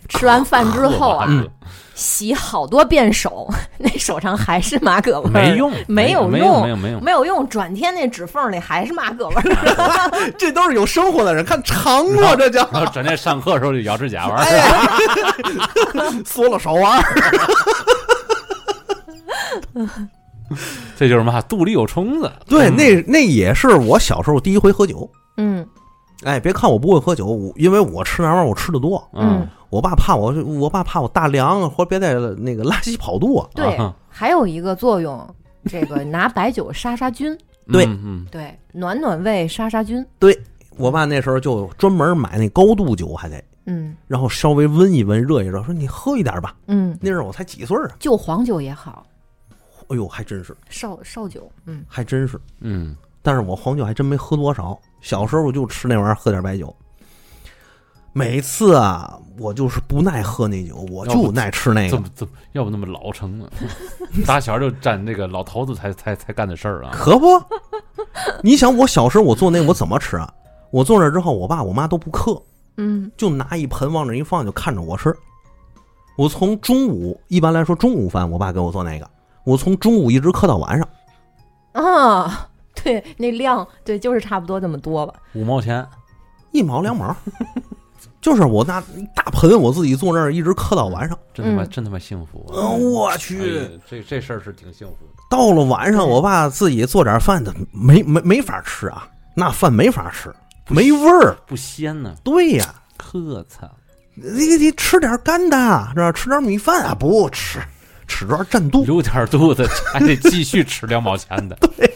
吃完饭之后啊，洗好多遍手，那手上还是马葛味儿，没有用，转天那指缝里还是马葛味儿。 这都是有生活的人看尝过，这叫。 然后转天上课的时候就咬指甲玩儿， 缩了手玩儿。 这就是嘛，肚里有虫子。 对，那也是我小时候第一回喝酒。哎，别看我不会喝酒，因为我吃那玩意儿我吃的多。我爸怕我大凉，或者别在那个拉稀跑肚。 对，还有一个作用，这个拿白酒杀菌。 对， 对，暖胃杀菌。 对，我爸那时候就专门买那高度酒，还得然后稍微温一温，热一热，说你喝一点吧。那时候我才几岁啊。 就黄酒也好。 哎呦，还真是绍酒， 还真是，但是我黄酒还真没喝多少。小时候我就吃那玩意儿，喝点白酒。每次啊，我就是不耐喝那酒，我就耐吃那个。 怎么要不那么老成呢？打小就沾那个老头子才干的事儿啊！ 可不，你想我小时候我做那个我怎么吃啊？我做那之后，我爸我妈都不嗑，就拿一盆往那一放，就看着我吃。我从中午，一般来说中午饭，我爸给我做那个。我从中午一直嗑到晚上， 啊，对，那量对，就是差不多这么多吧 ，5毛钱 ，1毛2毛，就是我拿一大盆，我自己坐那儿一直嗑到晚上， 真他妈幸福啊！ 我去， 这事儿是挺幸福的。 到了晚上，我爸自己做点饭的，没法吃啊，那饭没法吃，没味儿， 不鲜呢。 对呀， 呵操， 你吃点干的，是吧？吃点米饭啊，不吃。吃着占肚， 有点肚子，还得继续吃2毛钱的。 对，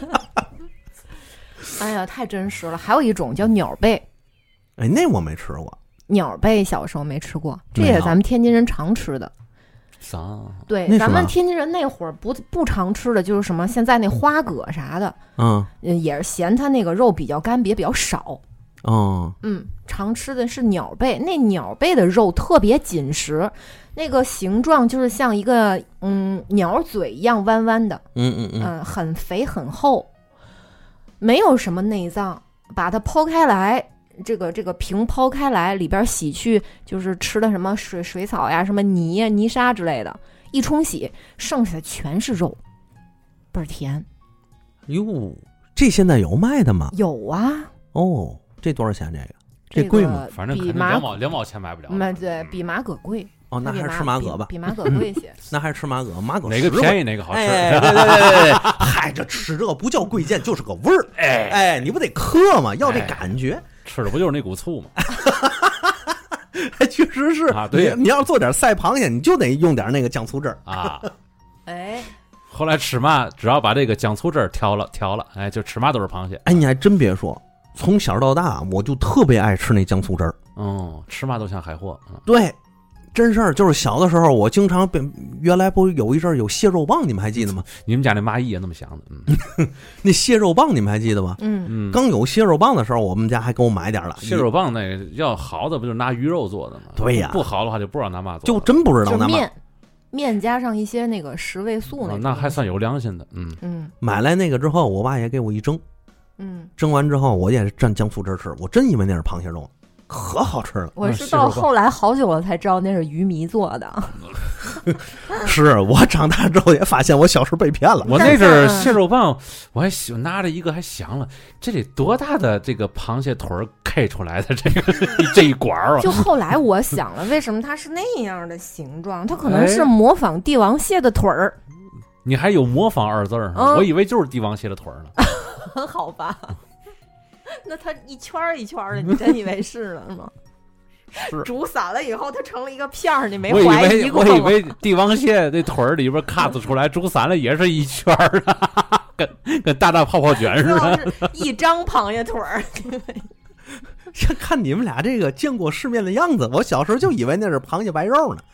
哎呀，太真实了。还有一种叫鸟贝， 哎，那我没吃过。 鸟贝小时候没吃过，这也咱们天津人常吃的。 啥？ 对，咱们天津人那会儿不常吃的就是什么，现在那花蛤啥的，也是嫌它那个肉比较干瘪，比较少。常吃的是鸟贝，那鸟贝的肉特别紧实，那个形状就是像一个鸟嘴一样弯弯的，很肥很厚，没有什么内脏，把它剖开来，这个平剖开来，里边洗去就是吃的什么水草呀、什么泥呀、泥沙之类的，一冲洗，剩下的全是肉，倍儿甜。 哟，这现在有卖的吗？ 有啊。 哦，这多少钱？这贵吗？ 反正肯定2毛钱买不了。 对，比马葛贵。 哦，那还是吃马葛吧， 比马葛贵些。 那还是吃马葛，马葛哪个便宜哪个好吃。 对，嗨，这吃这个不叫贵贱，就是个味儿。哎，你不得嗑吗？要这感觉， 吃的不就是那股醋吗？ 还确实是啊。对， 你要做点赛螃蟹，你就得用点那个酱醋汁儿啊。 哎。 后来吃嘛，只要把这个酱醋汁儿调了，哎，就吃嘛都是螃蟹。 哎，你还真别说，从小到大我就特别爱吃那酱醋汁儿。 吃嘛都像海货。 对，真事儿，就是小的时候我经常原来不有一阵有蟹肉棒，你们还记得吗？ 你们家那蚂蚁也那么想的。 那蟹肉棒你们还记得吗？刚有蟹肉棒的时候，我们家还给我买点了。 蟹肉棒那个要好的不就拿鱼肉做的吗？ 对呀， 不好的话就不知道拿嘛做。 就真不知道拿嘛。 面加上一些那个10味素那还算有良心的。 买来那个之后，我爸也给我一蒸。蒸完之后我也蘸酱醋汁吃，我真以为那是螃蟹肉，可好吃了。 我是到后来好久了才知道那是鱼糜做的。 是我长大之后也发现我小时候被骗了。 我那阵蟹肉棒，我还拿着一个还想了，这得多大的这个螃蟹腿开出来的这一管啊！ 就后来我想了，为什么它是那样的形状？它可能是模仿帝王蟹的腿儿。 你还有模仿2字儿？我以为就是帝王蟹的腿儿呢。好吧，那它一圈一圈的，你真以为是了吗？ 是煮散了以后，它成了一个片儿，你没怀疑过吗？ 我以为帝王蟹那腿儿里边咔子出来，煮散了也是一圈的，跟大泡泡卷似的， 一张螃蟹腿儿。 看你们俩这个见过世面的样子，我小时候就以为那是螃蟹白肉呢。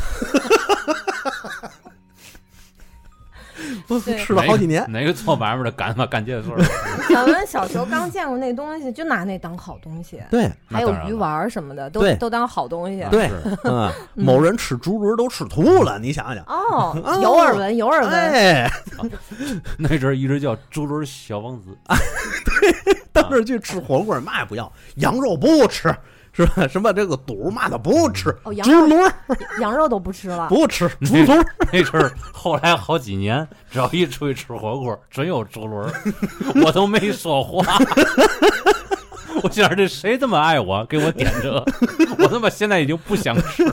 吃了好几年， 哪个做买卖的干这事儿？ 咱们小时候刚见过那东西，就拿那当好东西。 对， 还有鱼丸什么的，都当好东西。 对，某人吃竹轮都吃吐了，你想想。 哦，有耳闻，有耳闻。 哎， 那阵儿一直叫竹轮小王子。 对，当时去吃火锅，嘛也不要，羊肉不吃， 是吧？什么这个肚嘛的不吃，猪轮羊肉都不吃了， 不吃猪轮。 那阵儿后来好几年，只要一出去吃火锅，准有猪轮，我都没说话。我想这谁这么爱我，给我点这，我他妈现在已经不想吃。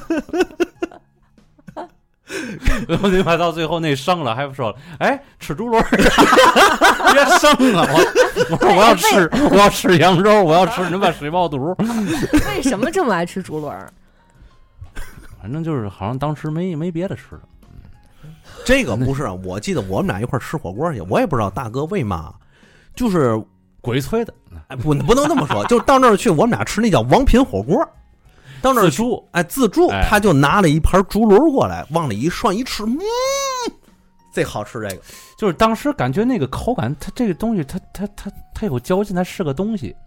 我他妈到最后那生了，还说哎吃猪轮，别生了！我说我要吃羊肉，我要吃你妈水爆肚。 为什么这么爱吃猪轮？ 反正就是好像当时没别的吃的。 这个不是，我记得我们俩一块吃火锅去，我也不知道大哥为嘛，就是鬼催的。 哎，不能这么说，就到那儿去，我们俩吃那叫王品火锅。到那儿自助，他就拿了一盘猪轮过来，往里一涮一吃，这好吃。这个就是当时感觉那个口感，它这个东西，它有嚼劲，它是个东西。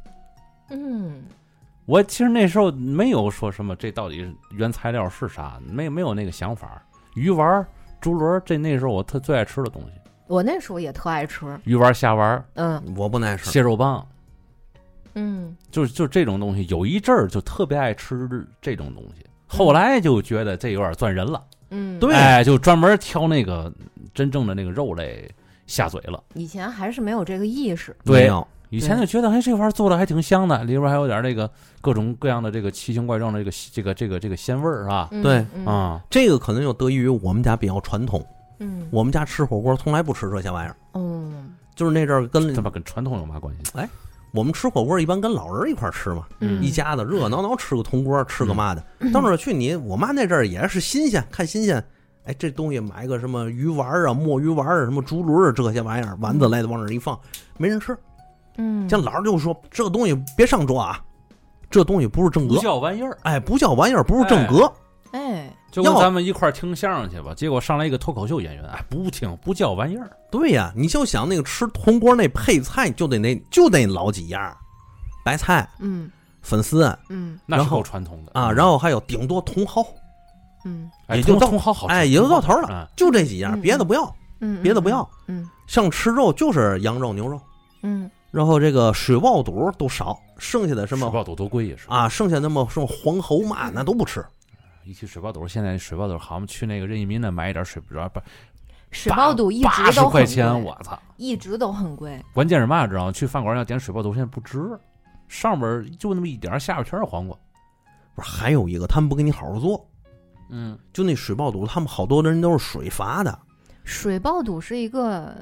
我其实那时候没有说什么这到底原材料是啥，没有那个想法。鱼丸、猪轮，这那时候我最爱吃的东西。 我那时候也特爱吃鱼丸、虾丸， 我不爱吃蟹肉棒。就是这种东西，有一阵儿就特别爱吃这种东西，后来就觉得这有点钻人了。 对， 哎，就专门挑那个真正的那个肉类下嘴了。 以前还是没有这个意识， 对，以前就觉得哎，这玩意儿做的还挺香的，里边还有点这个各种各样的这个奇形怪状的这个鲜味儿啊。 对这个可能就得益于我们家比较传统。我们家吃火锅从来不吃这些玩意儿。就是那阵儿这跟传统有嘛关系？ 哎。我们吃火锅一般跟老人一块吃嘛，一家子热热闹闹吃个铜锅，吃个嘛的。到那儿去我妈那阵儿也是新鲜，看新鲜。哎，这东西买个什么鱼丸啊、墨鱼丸啊、什么猪轮这些玩意儿，丸子来的往那儿一放，没人吃。像老人就说这个东西别上桌啊，这东西不是正格， 不叫玩意儿。 哎，不叫玩意儿，不是正格。 哎， 就跟咱们一块儿听相声去吧，结果上来一个脱口秀演员，哎，不听，不叫玩意儿。 对呀，你就想那个吃铜锅那配菜就得老几样，白菜，粉丝， 那是够传统的啊。然后还有顶多茼蒿， 也就茼蒿好吃， 哎，也就到头了，就这几样，别的不要，别的不要。像吃肉就是羊肉、牛肉，然后这个水爆肚都少，剩下的什么水爆肚多贵也是啊，剩下那么什么黄喉嘛那都不吃。 一提水爆肚，现在水爆肚好像去那个任意门那买一点水爆肚一直都 80块钱，我操， 一直都很贵。 关键是嘛，知道吗？去饭馆要点水爆肚，现在不值，上边就那么一点，下边全是黄瓜。 不是，还有一个他们不给你好好做，就那水爆肚，他们好多的人都是水发的。 水爆肚是一个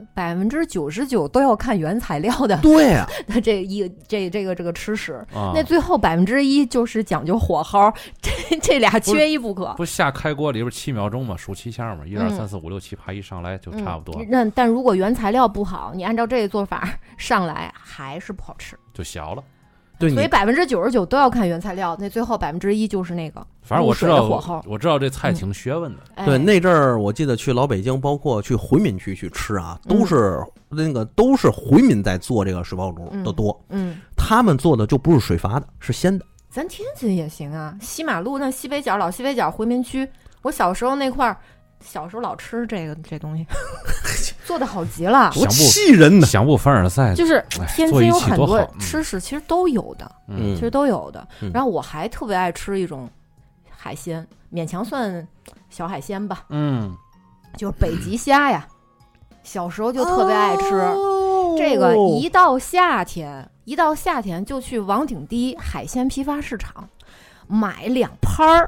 99%都要看原材料的， 对啊， 这个吃食，那最后1%就是讲究火候，这俩缺一不可。 不下开锅里边7秒钟嘛，数7下嘛，1、2、3、4、5、6、7，啪一上来就差不多。 但如果原材料不好，你按照这个做法上来还是不好吃， 就小了。 对，所以99%都要看原材料，那最后1%就是那个。 反正我知道这菜挺学问的。 对，那阵儿我记得去老北京，包括去回民区去吃啊，都是回民在做这个水爆肚的多。他们做的就不是水发的，是鲜的。 咱天津也行啊，西马路那老西北角回民区，我小时候那块儿。小时候老吃这东西，做的好极了， 多气人呢！ 想不凡尔赛， 就是天津有很多吃食，其实都有的，其实都有的。然后我还特别爱吃一种海鲜，勉强算小海鲜吧，就是北极虾呀。小时候就特别爱吃这个，一到夏天就去王鼎棣海鲜批发市场买2盘儿，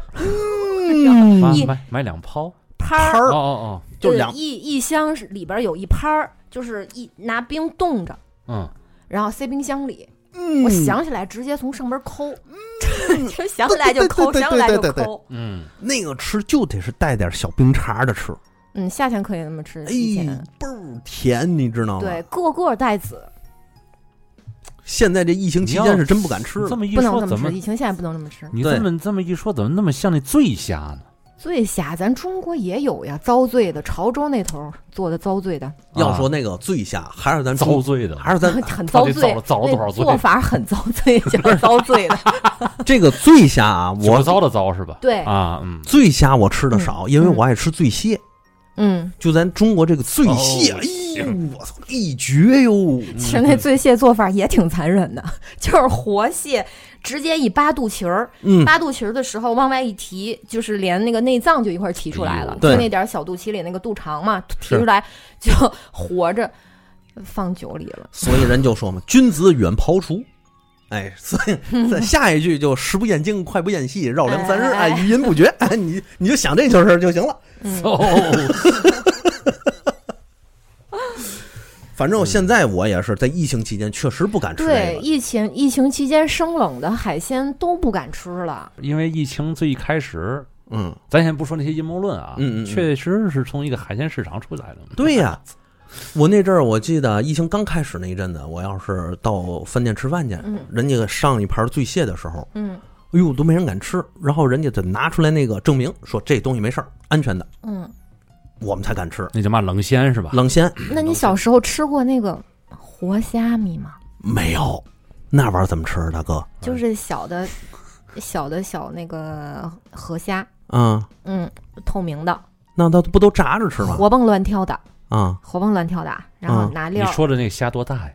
买2泡。 盘儿就一箱里边有1盘儿，就是拿冰冻着，然后塞冰箱里。我想起来直接从上边抠，就想起来就抠，想起来就抠。 那个吃就得是带点小冰碴的吃。 夏天可以那么吃， 倍儿甜，你知道吗？ 对，个个带籽。 现在这疫情期间是真不敢吃了， 这么一说怎么疫情现在不能这么吃？ 你这么一说，怎么那么像那醉虾呢？ 醉虾咱中国也有呀，糟醉的，潮州那头做的糟醉的。 要说那个醉虾，还是咱糟醉的， 还是咱很糟醉， 糟了多少醉？ 做法很糟醉，就是糟醉的。 这个醉虾啊，我糟的糟是吧？ 对啊， 醉虾我吃的少，因为我爱吃醉蟹。 就咱中国这个醉蟹，我操，一绝哟！ 其实那醉蟹做法也挺残忍的，就是活蟹直接一扒肚脐儿，扒肚脐儿的时候往外一提，就是连那个内脏就一块提出来了，就那点小肚脐里那个肚肠嘛，提出来就活着放酒里了。 所以人就说嘛，君子远庖厨。哎，所以下一句就食不厌精，脍不厌细，绕梁3日，哎，语音不绝，哎，你就想这件事就行了。反正现在我也是在疫情期间确实不敢吃这个。 对，疫情期间生冷的海鲜都不敢吃了， 因为疫情最一开始，咱先不说那些阴谋论啊，确实是从一个海鲜市场出来的。 对呀。我那阵儿我记得疫情刚开始那一阵子，我要是到饭店吃饭去，人家上一盘醉蟹的时候，哎呦都没人敢吃，然后人家得拿出来那个证明说这东西没事儿，安全的，我们才敢吃。 那叫嘛冷鲜是吧？ 冷鲜。 那你小时候吃过那个活虾米吗？ 没有，那玩意儿怎么吃，大哥？ 就是小那个河虾，透明的。 那它不都炸着吃吗？ 活蹦乱跳的。 活蹦乱跳的，然后拿料。 你说的那个虾多大呀？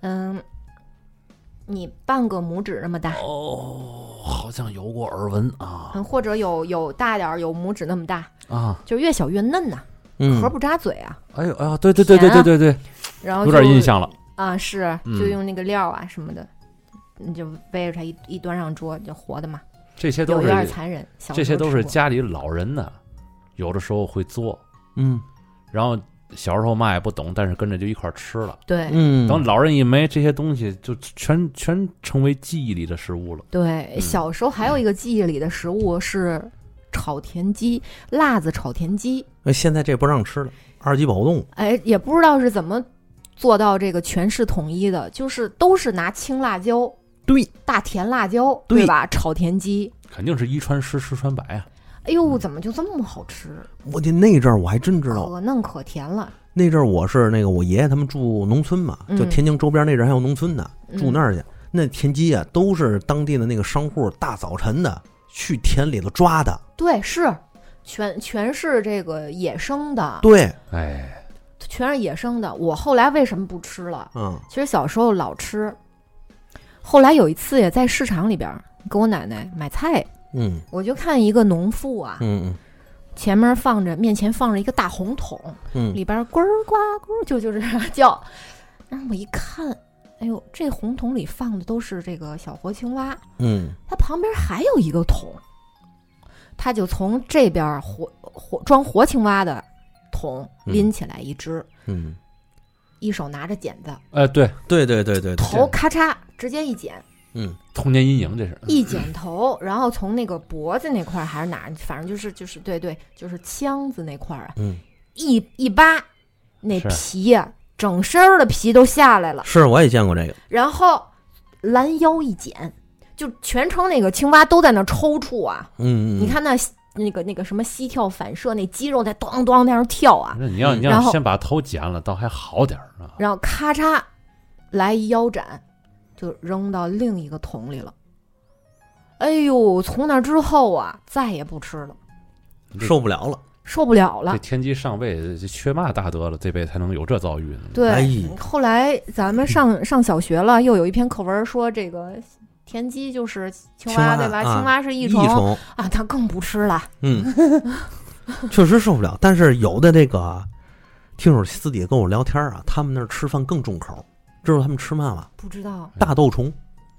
你半个拇指那么大。 哦，好像有过耳闻啊。 或者有大点，有拇指那么大啊， 就越小越嫩呐，壳不扎嘴啊。 哎呦哎呀，对， 然后有点印象了啊，是就用那个料啊什么的，你就背着它一端上桌就活的嘛。 这些都是有点残忍， 这些都是家里老人呢，有的时候会做，然后。小时候嘛也不懂，但是跟着就一块吃了。 对， 等老人一没，这些东西就全成为记忆里的食物了。 对，小时候还有一个记忆里的食物是炒田鸡，辣子炒田鸡。 现在这不让吃了，2级保动。 哎，也不知道是怎么做到这个全市统一的，就是都是拿青辣椒， 对， 大甜辣椒，对吧？炒田鸡肯定是一传十，十传百啊。 哎呦，怎么就这么好吃？ 我的那阵儿我还真知道， 可嫩可甜了。 那阵儿我是那个我爷爷他们住农村嘛，就天津周边那阵还有农村呢，住那儿去。那田鸡啊，都是当地的那个商户大早晨的去田里头抓的。 对，是全是这个野生的。 对， 哎， 全是野生的。我后来为什么不吃了？其实小时候老吃，后来有一次也在市场里边跟我奶奶买菜。我就看一个农妇啊，前面面前放着一个大红桶，里边呱呱呱就是叫，然后我一看，哎呦，这红桶里放的都是这个小活青蛙，它旁边还有一个桶，他就从这边装活青蛙的桶拎起来一只，一手拿着剪子， 对， 头咔嚓直接一剪。 童年阴影，这是一剪头，然后从那个脖子那块还是哪儿，反正就是对，就是腔子那块啊，一扒，那皮呀，整身的皮都下来了。 是，我也见过这个。然后拦腰一剪，就全程那个青蛙都在那抽搐啊。你看那个什么膝跳反射，那肌肉在咚咚在那跳啊。 那你要先把头剪了，倒还好点呢。 然后咔嚓来一腰斩。就扔到另一个桶里了。哎呦，从那之后啊，再也不吃了， 受不了了。 这田鸡上辈子缺嘛大德了，这辈子才能有这遭遇呢。 对，后来咱们上小学了，又有一篇课文说这个田鸡就是青蛙，对吧？青蛙是益虫啊，他更不吃了。 确实受不了。但是有的这个听友私底下跟我聊天啊，他们那儿吃饭更重口。知道他们吃嘛吗？ 不知道。 大豆虫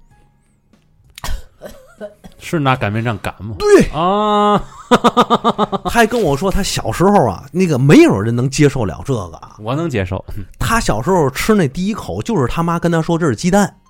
是拿擀面杖擀吗？ 对啊， 还跟我说他小时候啊，那个没有人能接受了这个。 我能接受。 他小时候吃那第一口，就是他妈跟他说这是鸡蛋，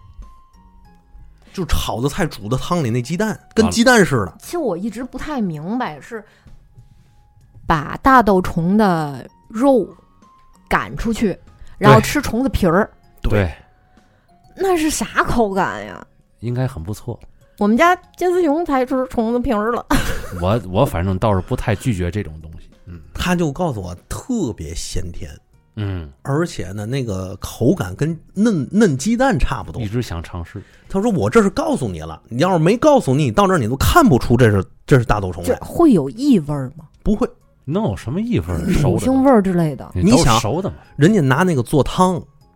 就炒的菜煮的汤里那鸡蛋，跟鸡蛋似的。 其实我一直不太明白，是把大豆虫的肉赶出去，然后吃虫子皮儿。 对， 那是啥口感呀？ 应该很不错。 我们家金丝熊才吃虫子皮儿了。 我反正倒是不太拒绝这种东西。 他就告诉我特别鲜甜，而且呢，那个口感跟嫩鸡蛋差不多。 一直想尝试。 他说我这是告诉你了，你要是没告诉你，到这儿你都看不出这是大豆虫来。 这会有异味吗？ 不会。 能有什么异味？ 乳腥味儿之类的。 你想熟的嘛？ 人家拿那个做汤，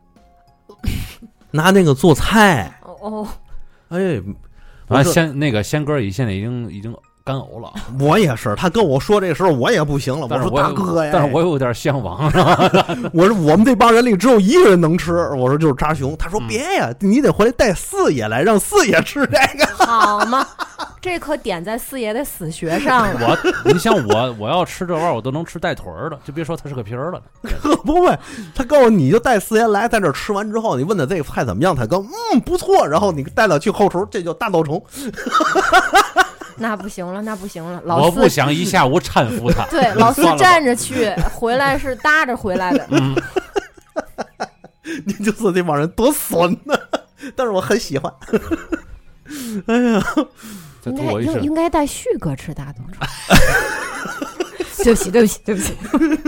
拿那个做菜。 哦， 哎， 仙哥现在已经干呕了。 我也是，他跟我说这时候我也不行了。我说大哥呀， 但是我有点向往。 我说我们这帮人里只有一个人能吃。我说就是扎熊。他说别呀，你得回来带四爷来，让四爷吃这个。 好吗？这可点在四爷的死穴上了。 你像我要吃这玩意儿，我都能吃带腿儿的，就别说它是个皮儿了。 不会，他告诉你就带四爷来，在这吃完之后，你问他这个菜怎么样，他说不错，然后你带他去后厨，这叫大豆虫。 那不行了， 我不想一下午搀扶他。 对，老四站着去，回来是搭着回来的。 你就说这帮人多损呢，但是我很喜欢。哎呀， 应该带旭哥吃大豆虫。对不起。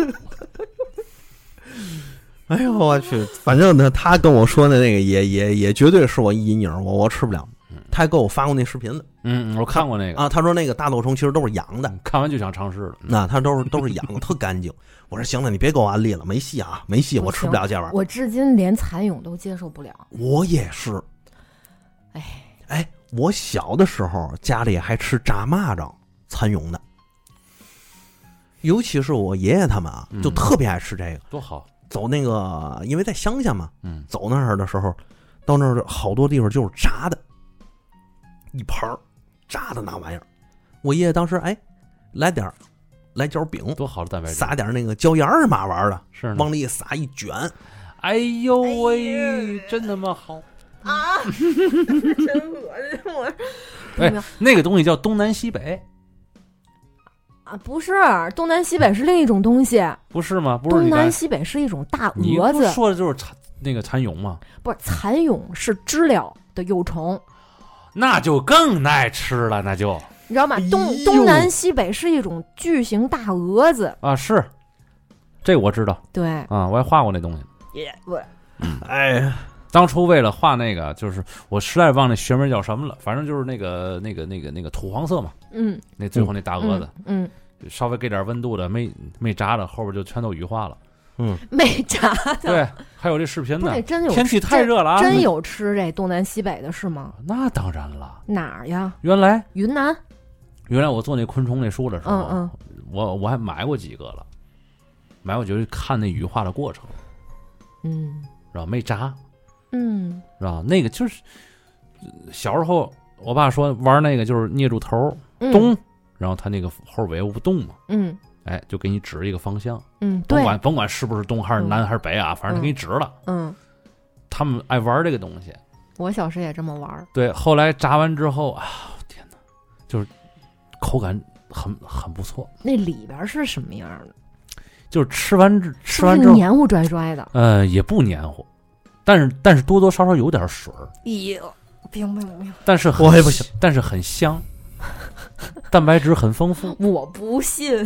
哎呦我去，反正呢，他跟我说的那个也绝对是我阴影，我吃不了。他还给我发过那视频的， 我看过那个啊。他说那个大豆虫其实都是养的， 看完就想尝试了。 那他都是养的，特干净。我说行了，你别给我安利了，没戏啊，没戏，我吃不了这玩意儿。 我至今连蚕蛹都接受不了。 我也是。哎，我小的时候家里还吃炸蚂蚱、蚕蛹的，尤其是我爷爷他们啊，就特别爱吃这个， 多好。 走那个，因为在乡下嘛，走那儿的时候，到那儿好多地方就是炸的。一盘炸的那玩意儿，我爷爷当时来角饼， 多好的蛋白质， 撒点那个椒盐是嘛玩意儿的， 是往里一撒一卷， 哎呦喂，真他妈好啊！真恶心我。 那个东西叫东南西北啊，不是东南西北是另一种东西， 不是吗？不是东南西北是一种大蛾子， 你不说的就是蚕蛹吗？ 不是，蚕蛹是知了的幼虫。 那就更耐吃了，那就你知道吗？东南西北是一种巨型大蛾子啊，是这个我知道， 对啊，我还画过那东西。 哎呀， 当初为了画那个，就是我实在忘那学名叫什么了，反正就是那个土黄色嘛，那最后那大蛾子，稍微给点温度的，没炸的，后边就全都羽化了。 没炸的， 对，还有这视频呢。 真有天气太热了啊！ 真有吃这东南西北的是吗？ 那当然了。 哪儿呀？ 原来云南。 原来我做那昆虫那书的时候，我还买过几个了，买过就是看那羽化的过程，然后没炸，是吧？那个就是小时候我爸说玩那个就是捏住头动，然后他那个后尾不动嘛，就给你指一个方向， 对， 甭管是不是东还是南还是北啊，反正他给你指了，他们爱玩这个东西。 我小时也这么玩。 对，后来炸完之后啊，天哪，就是口感很不错。那里边是什么样的？ 就是吃完之后黏糊拽拽的， 也不黏糊，但是多多少少有点水儿。 明白。 但是我也不行， 但是很香，蛋白质很丰富。 我不信。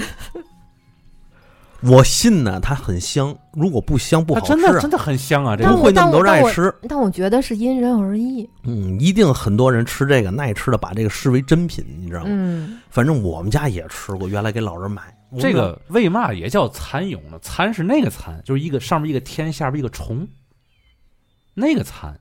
我信呢，它很香。如果不香不好吃， 真的很香啊！这不会那么多人爱吃。 但我觉得是因人而异。 一定很多人吃这个耐吃的，把这个视为珍品，你知道吗？反正我们家也吃过，原来给老人买。 这个为嘛也叫蚕蛹呢？蚕是那个蚕，就是一个上面一个天，下边一个虫，那个蚕。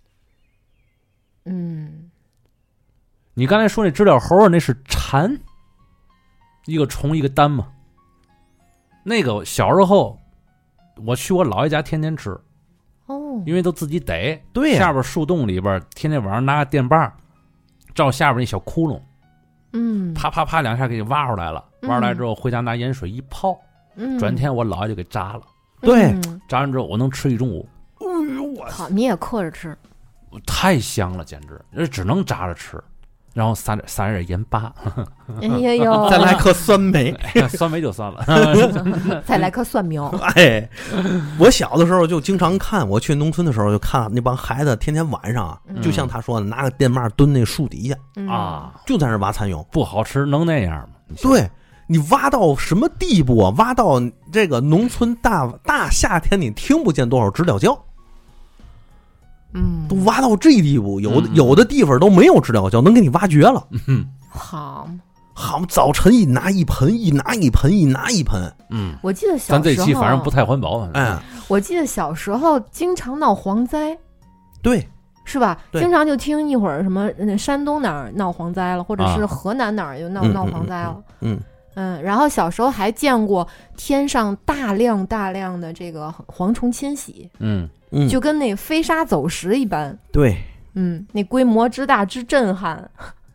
你刚才说那知了猴那是蝉，一个虫一个单嘛。那个小时候我去我姥爷家天天吃，因为都自己逮， 对， 下边树洞里边天天晚上拿个电棒照下边那小窟窿，啪啪啪两下给你挖出来了，挖出来之后回家拿盐水一泡，转天我姥爷就给炸了， 对， 炸完之后我能吃一中午。 哎呦我操，你也嗑着吃， 太香了，简直只能炸着吃。然后撒点盐巴， 哎呦， 再来颗酸梅， 酸梅就算了， 再来颗蒜苗。 哎，我小的时候就经常看，我去农村的时候就看那帮孩子天天晚上啊，就像他说的，拿个电棒蹲那树底下啊， 就在那挖蚕蛹， 不好吃能那样吗？ 对，你挖到什么地步啊？挖到这个农村大夏天，你听不见多少知了叫。都挖到这地步，有的地方都没有知了叫，能给你挖绝了。 好， 好，早晨一拿一盆，一拿一盆，一拿一盆。 我记得小时候， 咱这期反正不太环保。 我记得小时候经常闹蝗灾， 对， 是吧？经常就听一会儿什么山东哪儿闹蝗灾了，或者是河南哪儿就闹蝗灾了。然后小时候还见过天上大量的这个蝗虫侵袭，就跟那飞沙走石一般。 对， 那规模之大之震撼。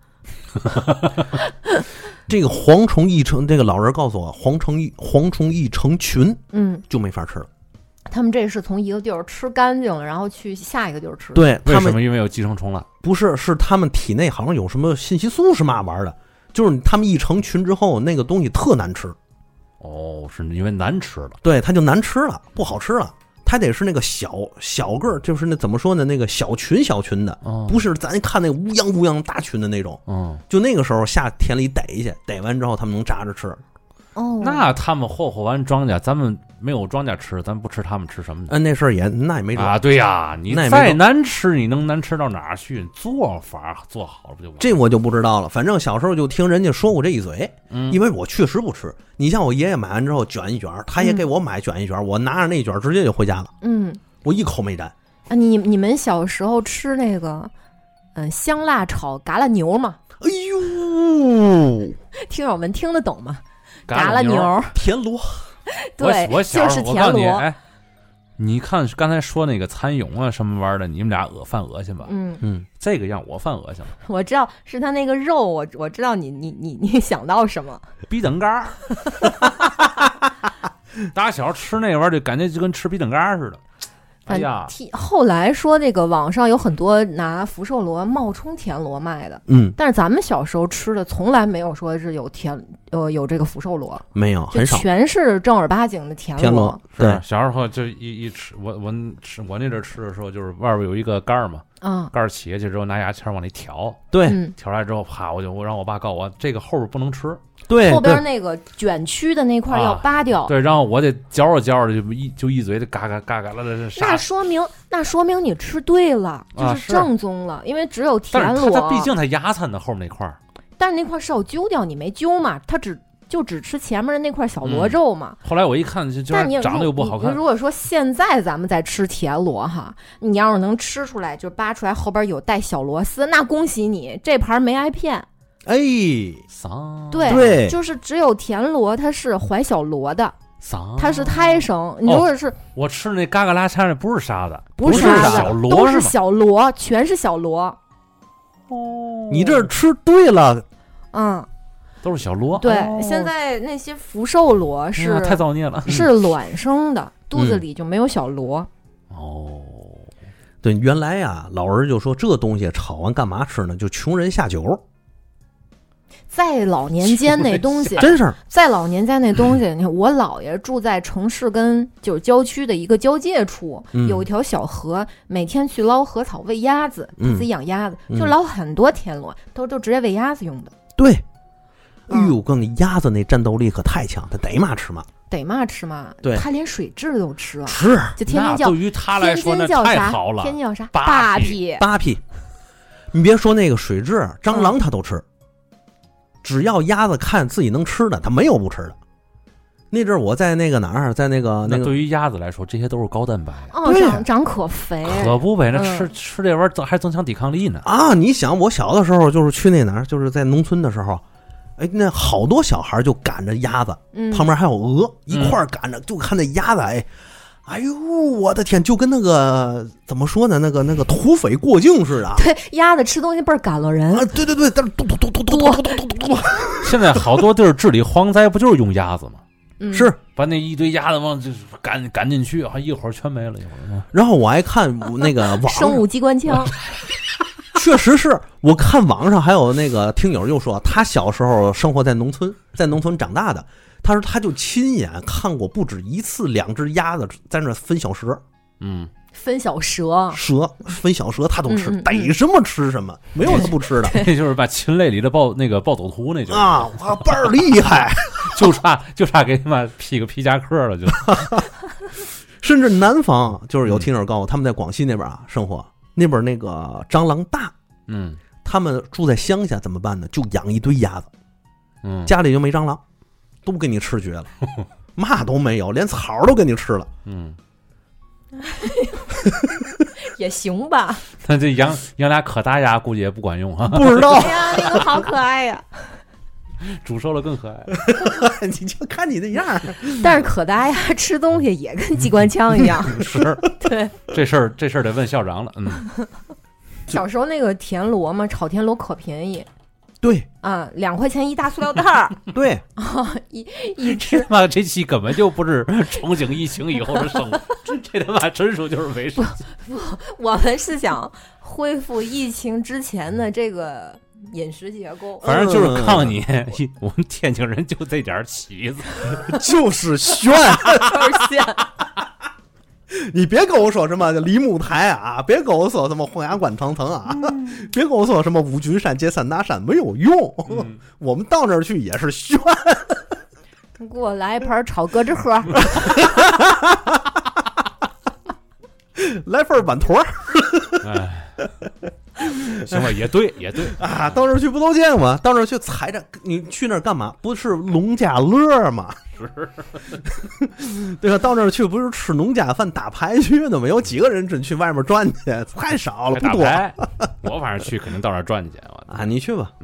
这个蝗虫一成，这个老人告诉我，蝗虫一成群，就没法吃了。 他们这是从一个地儿吃干净了，然后去下一个地儿吃。 对， 为什么？因为有寄生虫了？ 不是，是他们体内好像有什么信息素是嘛玩意儿的，就是他们一成群之后，那个东西特难吃。 哦，是因为难吃了。 对，它就难吃了，不好吃了。它得是那个小个儿，就是那怎么说呢？那个小群的，不是咱看那乌泱大群的那种。就那个时候下田里逮去，逮完之后他们能炸着吃。 那他们霍完庄稼，咱们没有庄稼吃，咱不吃他们吃什么呢？ 那事儿那也没准啊。对呀，你再难吃，你能难吃到哪儿去？做法做好了不就完了？ 这我就不知道了。反正小时候就听人家说过这一嘴，因为我确实不吃。你像我爷爷买完之后卷一卷，他也给我买卷一卷，我拿着那卷直接就回家了。我一口没沾。 啊，你们小时候吃那个香辣炒嘎啦牛吗？ 哎呦， 听友们听得懂吗？嘎啦牛， 田螺， 对，就是田螺。 哎，你看刚才说那个蚕蛹啊什么玩意儿的，你们俩犯恶心吧？这个让我犯恶心了。 我知道是他那个肉，我知道你想到什么？ 逼等干儿，打小吃那玩意儿就感觉就跟吃逼等干儿似的。哎呀， 后来说那个网上有很多拿福寿螺冒充田螺卖的，但是咱们小时候吃的从来没有说是有有这个福寿螺， 没有，很少， 全是正儿八经的田螺。 对， 小时候就一吃，我那阵吃的时候，就是外边有一个盖儿嘛，盖儿起下去之后拿牙签往里挑， 对， 挑出来之后，啪，我让我爸告我这个后边不能吃。 对， 后边那个卷曲的那块要扒掉。 对，然后我得嚼着就一嘴的嘎嘎嘎嘎了。 那说明你吃对了，就是正宗了，因为只有田螺。 它毕竟它压餐的后面那块儿， 但是那块是要揪掉，你没揪嘛，它只吃前面的那块小螺肉嘛。 后来我一看，就长得又不好看。 如果说现在咱们在吃田螺哈，你要是能吃出来，就扒出来后边有带小螺丝，那恭喜你，这盘没挨骗。 哎， 对，就是只有田螺它是怀小螺的，它是胎生。你如果是我吃那嘎嘎拉碴的不是沙子， 不是小螺， 都是小螺，全是小螺。 哦，你这吃对了， 都是小螺。 对，现在那些福寿螺是太造孽了， 是卵生的，肚子里就没有小螺。 对，原来呀，老人就说这东西炒完干嘛吃呢？就穷人下酒。 在老年间那东西真是， 在老年间那东西，你看我姥爷住在城市跟就是郊区的一个交界处，有一条小河，每天去捞河草喂鸭子，他自己养鸭子，就捞很多田螺，都直接喂鸭子用的。 对，哎呦，跟那鸭子那战斗力可太强，他逮嘛吃嘛。 得嘛吃嘛， 对， 他连水蛭都吃啊， 是， 就天天叫， 对于他来说那太好了， 天天叫啥？ 八匹，你别说那个水蛭，蟑螂他都吃。只要鸭子看自己能吃的，它没有不吃的。那阵儿我在那个哪儿，在那个对于鸭子来说，这些都是高蛋白。 长可肥， 可不呗？那吃这玩意儿还增强抵抗力呢。 啊，你想我小的时候就是去那哪儿，就是在农村的时候，哎，那好多小孩就赶着鸭子，旁边还有鹅，一块赶着，就看那鸭子，哎呦，我的天，就跟那个怎么说呢？那个土匪过境似的。 对，鸭子吃东西倍儿赶了人。 对，但是咚。 现在好多地儿治理蝗灾不就是用鸭子吗？ 是把那一堆鸭子往就是赶进去，一会儿全没了。 然后我还看那个网生物机关枪。 确实是我看网上还有那个听友就说，他小时候生活在农村，在农村长大的。他说他就亲眼看过不止一次2只鸭子在那分小蛇， 分小蛇分小蛇他都吃，逮什么吃什么，没有他不吃的。 这就是把禽类里的暴走图那就是啊，我倍儿厉害， 就差给他妈披个皮夹克了就。 甚至南方就是有听友告诉我，他们在广西那边生活，那边那个蟑螂大，他们住在乡下怎么办呢？就养一堆鸭子。 家里就没蟑螂，都给你吃绝了，嘛都没有，连草都给你吃了。 也行吧。 那这养俩可大鸭估计也不管用啊。 不知道。 哎呀，那个好可爱呀。 煮熟了更可爱。 你就看你那样。 但是可大鸭吃东西也跟机关枪一样。 是。 对。 这事儿得问校长了。 小时候那个田螺嘛，炒田螺可便宜。 对啊，2块钱一大塑料袋儿。 对啊，一吃。 妈，这期根本就不是憧憬疫情以后的生活，这他妈纯属就是为什么？ 不，我们是想恢复疫情之前的这个饮食结构。 反正就是告诉你，我们天津人就这点起子， 就是炫， 就是炫。 你别跟我说什么梨木台啊，别跟我说什么洪崖关长城啊，别跟我说什么五军山接三大山，没有用。我们到那儿去也是炫。 你给我来一盘炒咯吱盒， 来份碗坨。 行吧，也对啊，到那儿去不都见吗？到那儿去踩着，你去那儿干嘛？不是农家乐吗？ 是， 对吧？到那儿去不是吃农家饭打牌去的吗？有几个人真去外面转去？太少了，不多。 我反正去肯定到那儿转去啊！你去吧。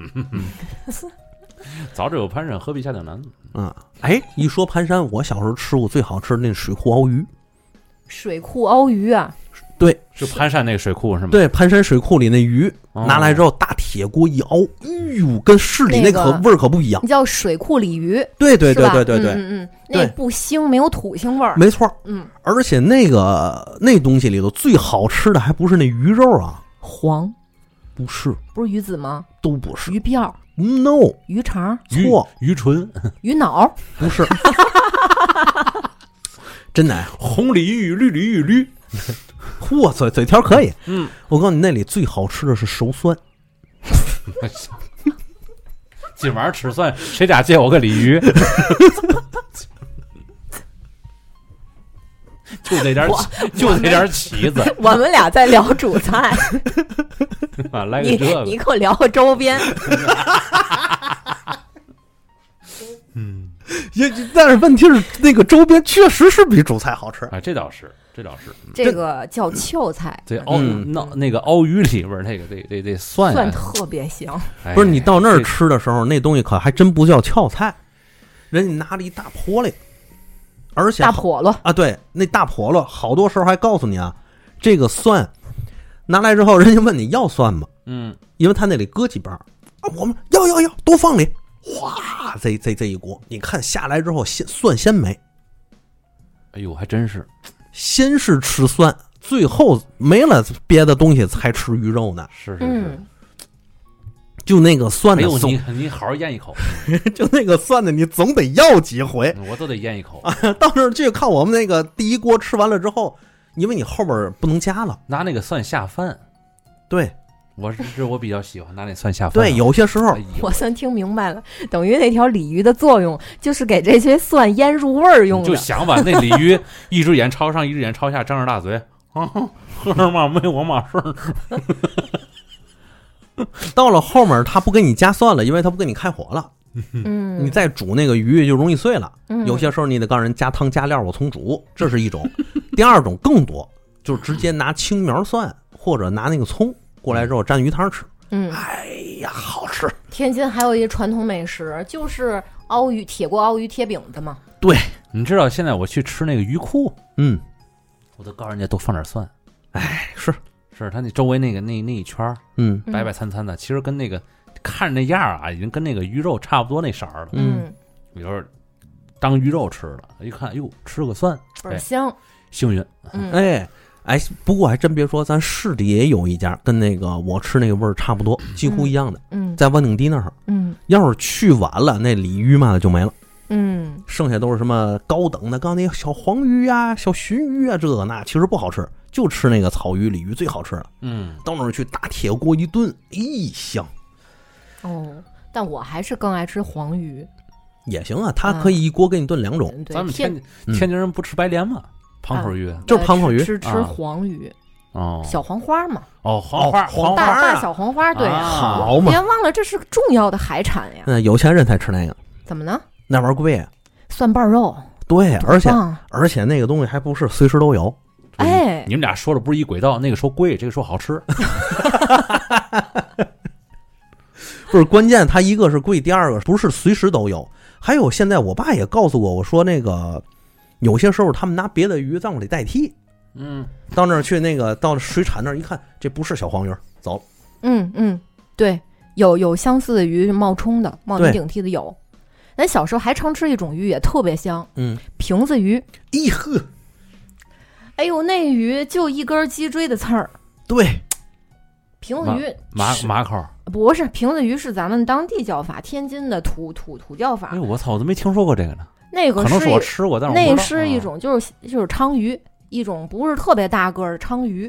早知有盘山，何必下江南？ 哎，一说盘山，我小时候吃过最好吃的那水库熬鱼。 水库熬鱼啊？ 对， 是盘山那个水库是吗？ 对，盘山水库里那鱼拿来之后，大铁锅一熬，哎呦，跟市里那可味儿可不一样。 叫水库鲤鱼。 对， 那不腥，没有土腥味儿。 没错，而且那东西里头最好吃的还不是那鱼肉啊， 黄， 不是鱼子吗？ 都不是。 鱼膘 ，no， 鱼肠， 错， 鱼唇， 鱼脑， 不是。真的， 红鲤鱼、绿鲤鱼、绿。 嚯，嘴条可以。我告诉你，那里最好吃的是熟蒜。 今晚上吃蒜，谁家借我个鲤鱼？就这点起子。 我们俩在聊主菜。 来个这个， 你给我聊个周边。 但是问题是，那个周边确实是比主菜好吃啊，这倒是。 这个叫秋菜， 这那个熬鱼里边那个这蒜特别香。 不是你到那儿吃的时候，那东西可还真不叫翘菜，人家拿了一大笸箩，而且大笸箩啊， 对，那大笸箩好多时候还告诉你啊，这个蒜拿来之后，人家问你要蒜吗？因为他那里搁几瓣啊，我们要都放里，哗，这一锅，你看下来之后，蒜鲜美。 哎呦，还真是。 先是吃蒜，最后没了别的东西才吃鱼肉呢。 是， 就那个蒜的， 你好好咽一口。 就那个蒜的，你总得要几回， 我都得咽一口。 到那儿去看我们那个第一锅吃完了之后，因为你后边不能加了， 拿那个蒜下饭。 对。 我比较喜欢拿那蒜下饭。 对，有些时候我算听明白了，等于那条鲤鱼的作用就是给这些蒜腌入味儿用的。 就想吧，那鲤鱼一只眼朝上，一只眼朝下，张着大嘴，喝什么没我嘛事儿。 到了后面他不给你加蒜了，因为他不给你开火了。你再煮那个鱼就容易碎了。有些时候你得告诉人加汤加料，我重煮，这是一种。第二种更多，就是直接拿青苗蒜或者拿那个葱。过来之后蘸鱼汤吃，哎呀，好吃！ 天津还有一个传统美食，就是铁锅熬鱼贴饼子嘛。 对， 你知道现在我去吃那个鱼库，我都告诉人家都放点蒜。 哎，是他那周围那一圈，白白惨惨的，其实跟那个看着那样啊，已经跟那个鱼肉差不多那色儿了。有时候当鱼肉吃了，一看，哎呦，吃个蒜， 倍儿香， 幸运。 哎，不过还真别说，咱市里也有一家跟那个我吃那个味儿差不多，几乎一样的。在万定堤那儿。要是去晚了，那鲤鱼嘛的就没了。剩下都是什么高等的，刚那小黄鱼啊、小鲟鱼啊，这个那其实不好吃，就吃那个草鱼、鲤鱼最好吃了。到那儿去大铁锅一炖，香。 但我还是更爱吃黄鱼。 也行啊，它可以一锅给你炖2种。 咱们天津人不吃白鲢吗？胖头鱼就是胖头鱼， 吃黄鱼。 小黄花嘛。 黄花， 大小黄花，对， 好嘛， 别忘了这是重要的海产呀。 有钱人才吃那个。 怎么呢？ 那玩意儿贵啊， 蒜瓣肉。 对，而且那个东西还不是随时都有。 哎， 你们俩说的不是一轨道，那个说贵，这个说好吃。 不是关键，它一个是贵，第二个不是随时都有。还有现在我爸也告诉过我说，那个有些时候他们拿别的鱼在那里代替。到那儿去，到水产那儿一看，这不是小黄鱼，走了。 对，有相似的鱼冒充的，冒名顶替的有。咱小时候还常吃一种鱼，也特别香，瓶子鱼。哎呦，那鱼就一根脊椎的刺儿。 对， 瓶子鱼马口不是，瓶子鱼是咱们当地叫法，天津的土叫法。 哎，我操，我都没听说过这个呢。 那个可能是我吃过，但是我不知道。 那是一种就是鲳鱼，一种不是特别大个的鲳鱼。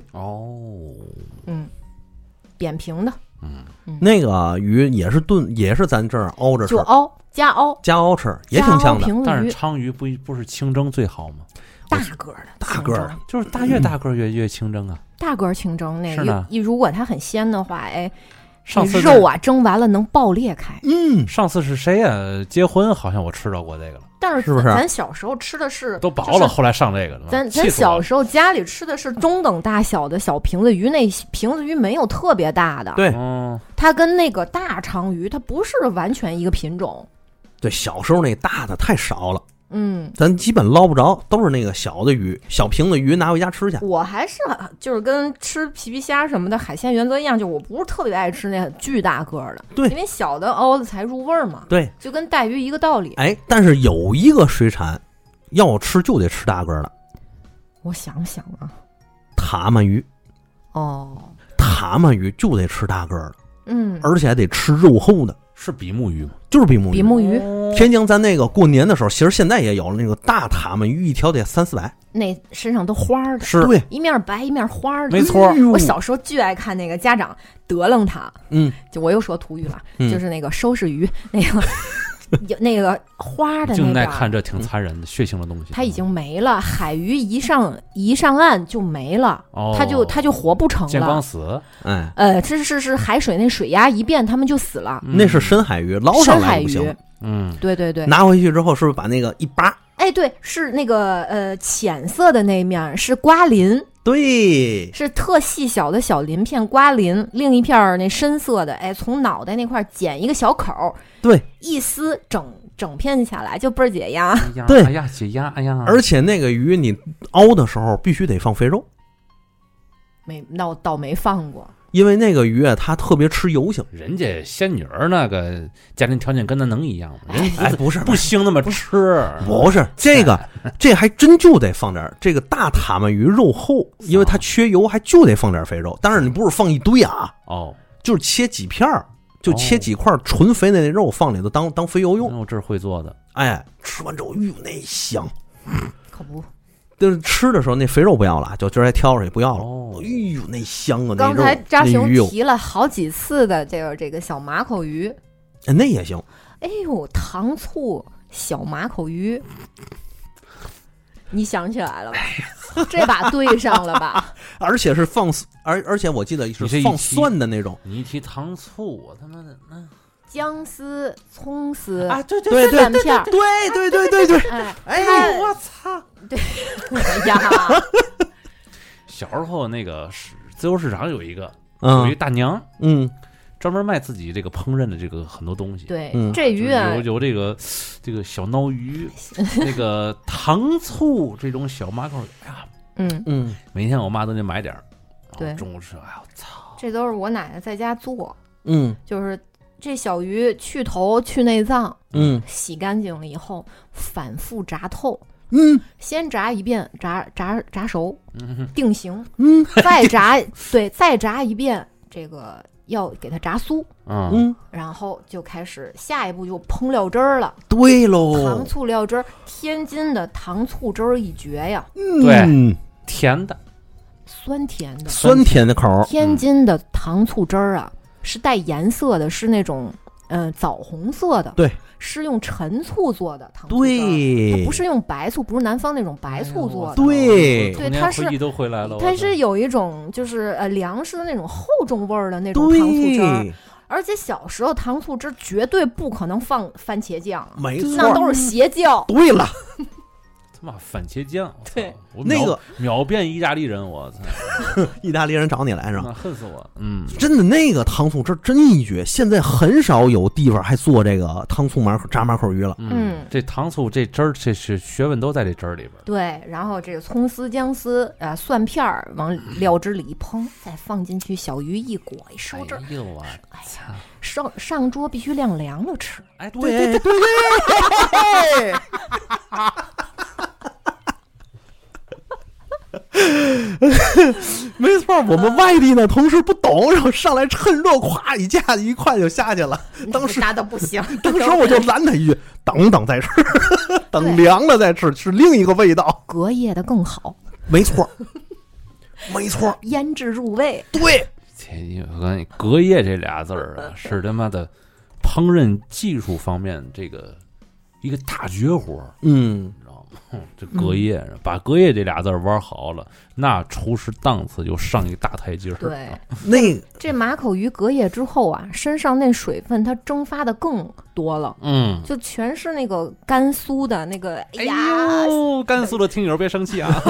扁平的。 那个鱼也是炖，也是咱这儿熬着吃， 就加熬吃，也挺香的。 但是鲳鱼不是清蒸最好吗？ 大个的， 就是越大个越清蒸啊。 大个清蒸那个，如果它很鲜的话， 上次肉啊蒸完了能爆裂开。 上次是谁啊？结婚好像我吃到过这个了。 但是不是咱小时候吃的是都薄了，后来上这个了。 咱小时候家里吃的是中等大小的小瓶子鱼，那瓶子鱼没有特别大的。 对， 它跟那个大鲳鱼它不是完全一个品种。 对，小时候那大的太少了。咱基本捞不着，都是那个小的鱼，小瓶子鱼拿回家吃去。 我还是就是跟吃皮虾什么的海鲜原则一样，就我不是特别爱吃那巨大个的， 对， 因为小的熬的才入味儿嘛。 对， 就跟带鱼一个道理。 哎，但是有一个水产要吃就得吃大个的， 我想想啊， 塔玛鱼。塔玛鱼就得吃大个的，而且还得吃肉厚的。 是比目鱼吗？ 就是比目鱼。 比目鱼， 天津咱那个过年的时候，其实现在也有了那个大塔玛鱼，一条得300-400， 那身上都花的， 是对， 一面白一面花的， 没错。 我小时候巨爱看那个家长得楞它，就我又说土语了，就是那个收拾鱼那个。有那个花的那个， 就爱看这挺残忍的血腥的东西。 它已经没了，海鱼一上岸就没了，它就活不成了， 见光死。 这是海水那水压一变，它们就死了。 那是深海鱼，捞上来不行。 对， 拿回去之后是不是把那个一扒？ 哎，对，是那个浅色的那面是瓜鳞。 对， 是特细小的小鳞片瓜鳞，另一片那深色的，从脑袋那块剪一个小口， 对， 一撕整片下来就倍儿解压。 对， 哎呀解压，哎呀！ 而且那个鱼你熬的时候必须得放肥肉， 倒没放过。 因为那个鱼啊，它特别吃油性。 人家仙女儿那个家庭条件跟咱能一样吗？人不是不兴那么吃， 不是这还真就得放点这个大塔玛鱼肉厚，因为它缺油，还就得放点肥肉。但是你不是放一堆啊，就是切几片儿，就切几块纯肥的那肉放里头当肥油用。 我这是会做的。 哎，吃完之后，哟，那香， 可不。 就是吃的时候那肥肉不要了，就直接挑出去不要了。哎呦，那香啊！ 刚才扎熊提了好几次的这个小马口鱼， 那也行。 哎呦，糖醋小马口鱼，你想起来了吧？这把对上了吧？ 而且是放，而且我记得是放蒜的那种。 你一提糖醋，我他妈的姜丝、葱丝啊，对， 蒜片， 对， 哎， 我操！ 对，哎呀， 小时候那个自由市场有一大娘，专门卖自己这个烹饪的这个很多东西。 对，这鱼啊， 有这个小鲈鱼，那个糖醋这种小马口呀，每天我妈都得买点儿， 对， 中午吃，哎呀，我操！ 这都是我奶奶在家做，就是这小鱼去头去内脏，洗干净了以后反复炸透。先炸一遍，炸熟，定型，再炸一遍，这个要给它炸酥，然后就开始下一步就烹料汁儿了。 对喽， 糖醋料汁儿，天津的糖醋汁儿一绝呀。 对，甜的， 酸甜的， 酸甜的口。 天津的糖醋汁儿啊，是带颜色的，是那种枣红色的， 对， 是用陈醋做的糖醋对， 它不是用白醋，不是南方那种白醋做的， 对， 它是都回来了， 它是有一种就是粮食的那种厚重味儿的那种糖醋汁儿。而且小时候糖醋汁绝对不可能放番茄酱， 没错， 那都是邪教。 对了， 他妈番茄酱， 对， 那个秒变意大利人，我操！ 意大利人找你来是吧？ 恨死我！ 真的那个糖醋汁真一绝，现在很少有地方还做这个糖醋炸马口鱼了。 这糖醋这汁儿，这是学问都在这汁儿里边。 对，然后这个葱丝、姜丝、蒜片儿往料汁里一烹，再放进去小鱼一裹一收汁儿。 哎呦我操！ 上桌必须晾凉了吃。 哎，对。没错，我们外地的同事不懂，然后上来趁热咵一架子一块就下去了。当时那都不行， 当时我就拦他一句：“等再吃，等凉了再吃，是另一个味道。” 隔夜的更好， 没错，没错， 腌制入味。 对， 我告诉你，隔夜这俩字儿啊，是他妈的烹饪技术方面这个一个大绝活。这隔夜，把隔夜这俩字玩好了，那厨师档次就上一个大台阶儿。 对， 这马口鱼隔夜之后啊，身上那水分它蒸发的更多了，就全是那个甘酥的那个。哎呀， 甘肃的听友别生气啊！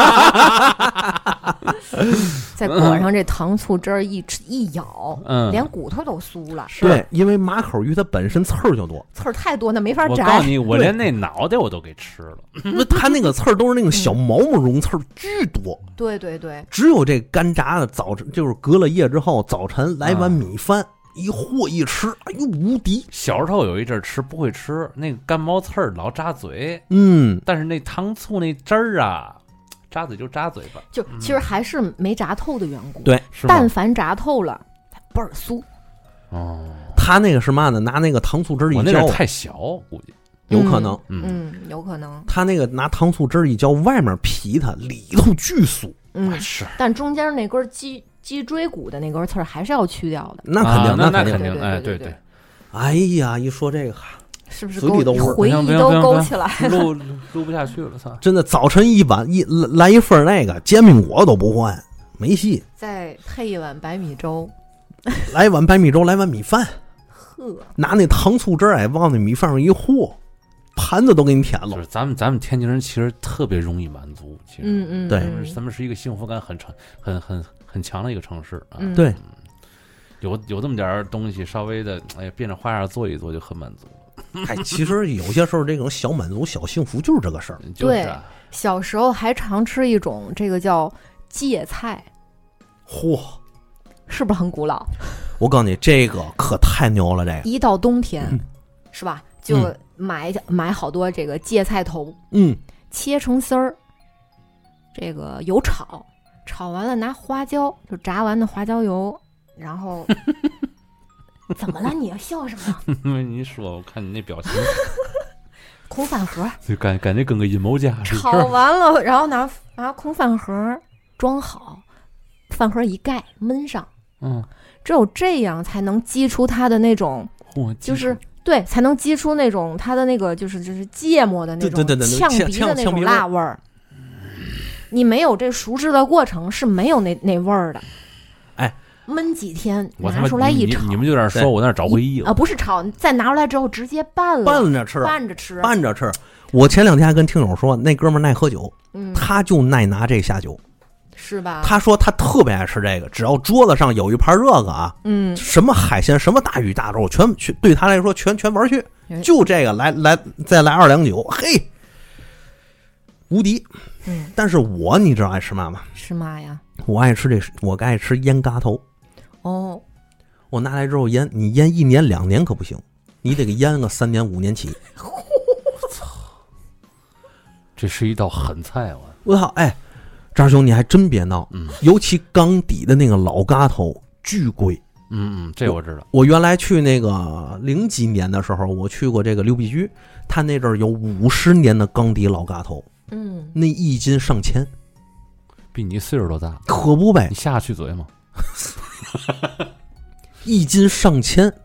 再裹上这糖醋汁儿一咬，连骨头都酥了。 对，因为马口鱼它本身刺儿就多， 刺儿太多，那没法摘。 我告诉你，我连那脑袋我都给吃了。 那它那个刺儿都是那种小毛毛绒刺儿，巨多。 对对对， 只有这干炸的早晨，就是隔了夜之后，早晨来碗米饭，一和一吃，哎呦无敌！ 小时候有一阵吃不会吃，那个干毛刺儿老扎嘴，但是那糖醋那汁儿啊，扎嘴就扎嘴巴， 就其实还是没炸透的缘故。 对， 但凡炸透了，倍儿酥。 哦， 他那个是嘛呢？拿那个糖醋汁一浇， 我那太小，估计。 有可能， 有可能。 他那个拿糖醋汁一浇，外面皮它里头巨酥， 是。 但中间那根脊椎骨的那根刺儿还是要去掉的。 那肯定， 那肯定，哎，对。 哎呀，一说这个， 是不是嘴里都回忆都勾起来了？ 录不下去了，操！ 真的，早晨来一份那个煎饼果都不换，没戏。 再配一碗白米粥， 来碗白米粥，来碗米饭， 呵， 拿那糖醋汁往那米饭上一和。盘子都给你舔了。 就是咱们天津人其实特别容易满足，其实对， 咱们是一个幸福感很强的一个城市啊。 对， 有这么点东西，稍微的变着花样做一做就很满足。 其实有些时候这种小满足、小幸福就是这个事儿。 对，小时候还常吃一种这个叫芥菜， 嚯， 是不是很古老？ 我告诉你，这个可太牛了，这个一到冬天，是吧？就买好多这个芥菜头，切成丝儿，这个油炒完了拿花椒，就炸完的花椒油，然后怎么了？你要笑什么？ 你说，我看你那表情， 空饭盒， 就感觉跟个阴谋家似的。 炒完了，然后拿空饭盒装好，饭盒一盖焖上，只有这样才能激出它的那种，就是。对，才能激出那种它的那个就是芥末的那种呛鼻的那种辣味儿。你没有这熟制的过程是没有那味儿的。哎，焖几天拿出来一炒， 你们就在那说，我那找回忆了啊！不是炒，再拿出来之后直接拌着吃。我前2天还跟听友说，那哥们儿爱喝酒，他就爱拿这下酒。 是吧？ 他说他特别爱吃这个，只要桌子上有一盘这个啊，什么海鲜，什么大鱼大肉，全对他来说全玩去，就这个再来2两酒，嘿，无敌。但是你知道爱吃嘛吗？ 吃嘛呀？ 我爱吃腌嘎头。 哦， 我拿来之后腌，你腌1年2年可不行，你得给腌个3年5年起。 我操，这是一道狠菜啊！ 我操，哎。张兄，你还真别闹，尤其缸底的那个老嘎头巨贵， 这我知道。 我原来去那个0几年的时候，我去过这个刘必居，他那阵儿有50年的缸底老嘎头，那1斤上千， 比你岁数都大， 可不呗？ 你下去嘴吗？ 1斤上千，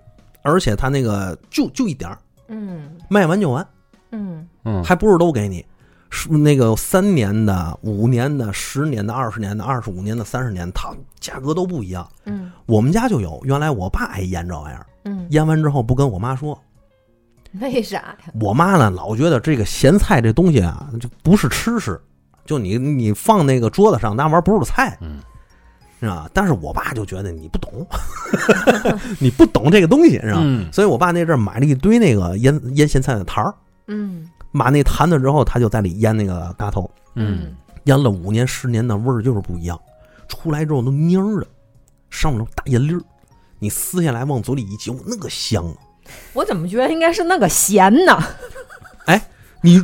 而且他那个就一点儿，卖完就完，还不是都给你，那个3年的、5年的、10年的、20年的、25年的、30年，它价格都不一样。我们家就有，原来我爸爱腌这玩意儿，腌完之后不跟我妈说， 为啥呀？ 我妈呢老觉得这个咸菜这东西啊，就不是吃食，就你放那个桌子上，那玩意儿不是菜，是吧？但是我爸就觉得你不懂，你不懂这个东西，是吧？所以我爸那阵买了一堆那个腌咸菜的坛儿，把那坛子之后，他就在里腌那个嘎头，腌了5年10年的味儿就是不一样，出来之后都蔫儿的，上面都大盐粒儿，你撕下来往嘴里一嚼，那个香啊！ 我怎么觉得应该是那个咸呢？ 哎，你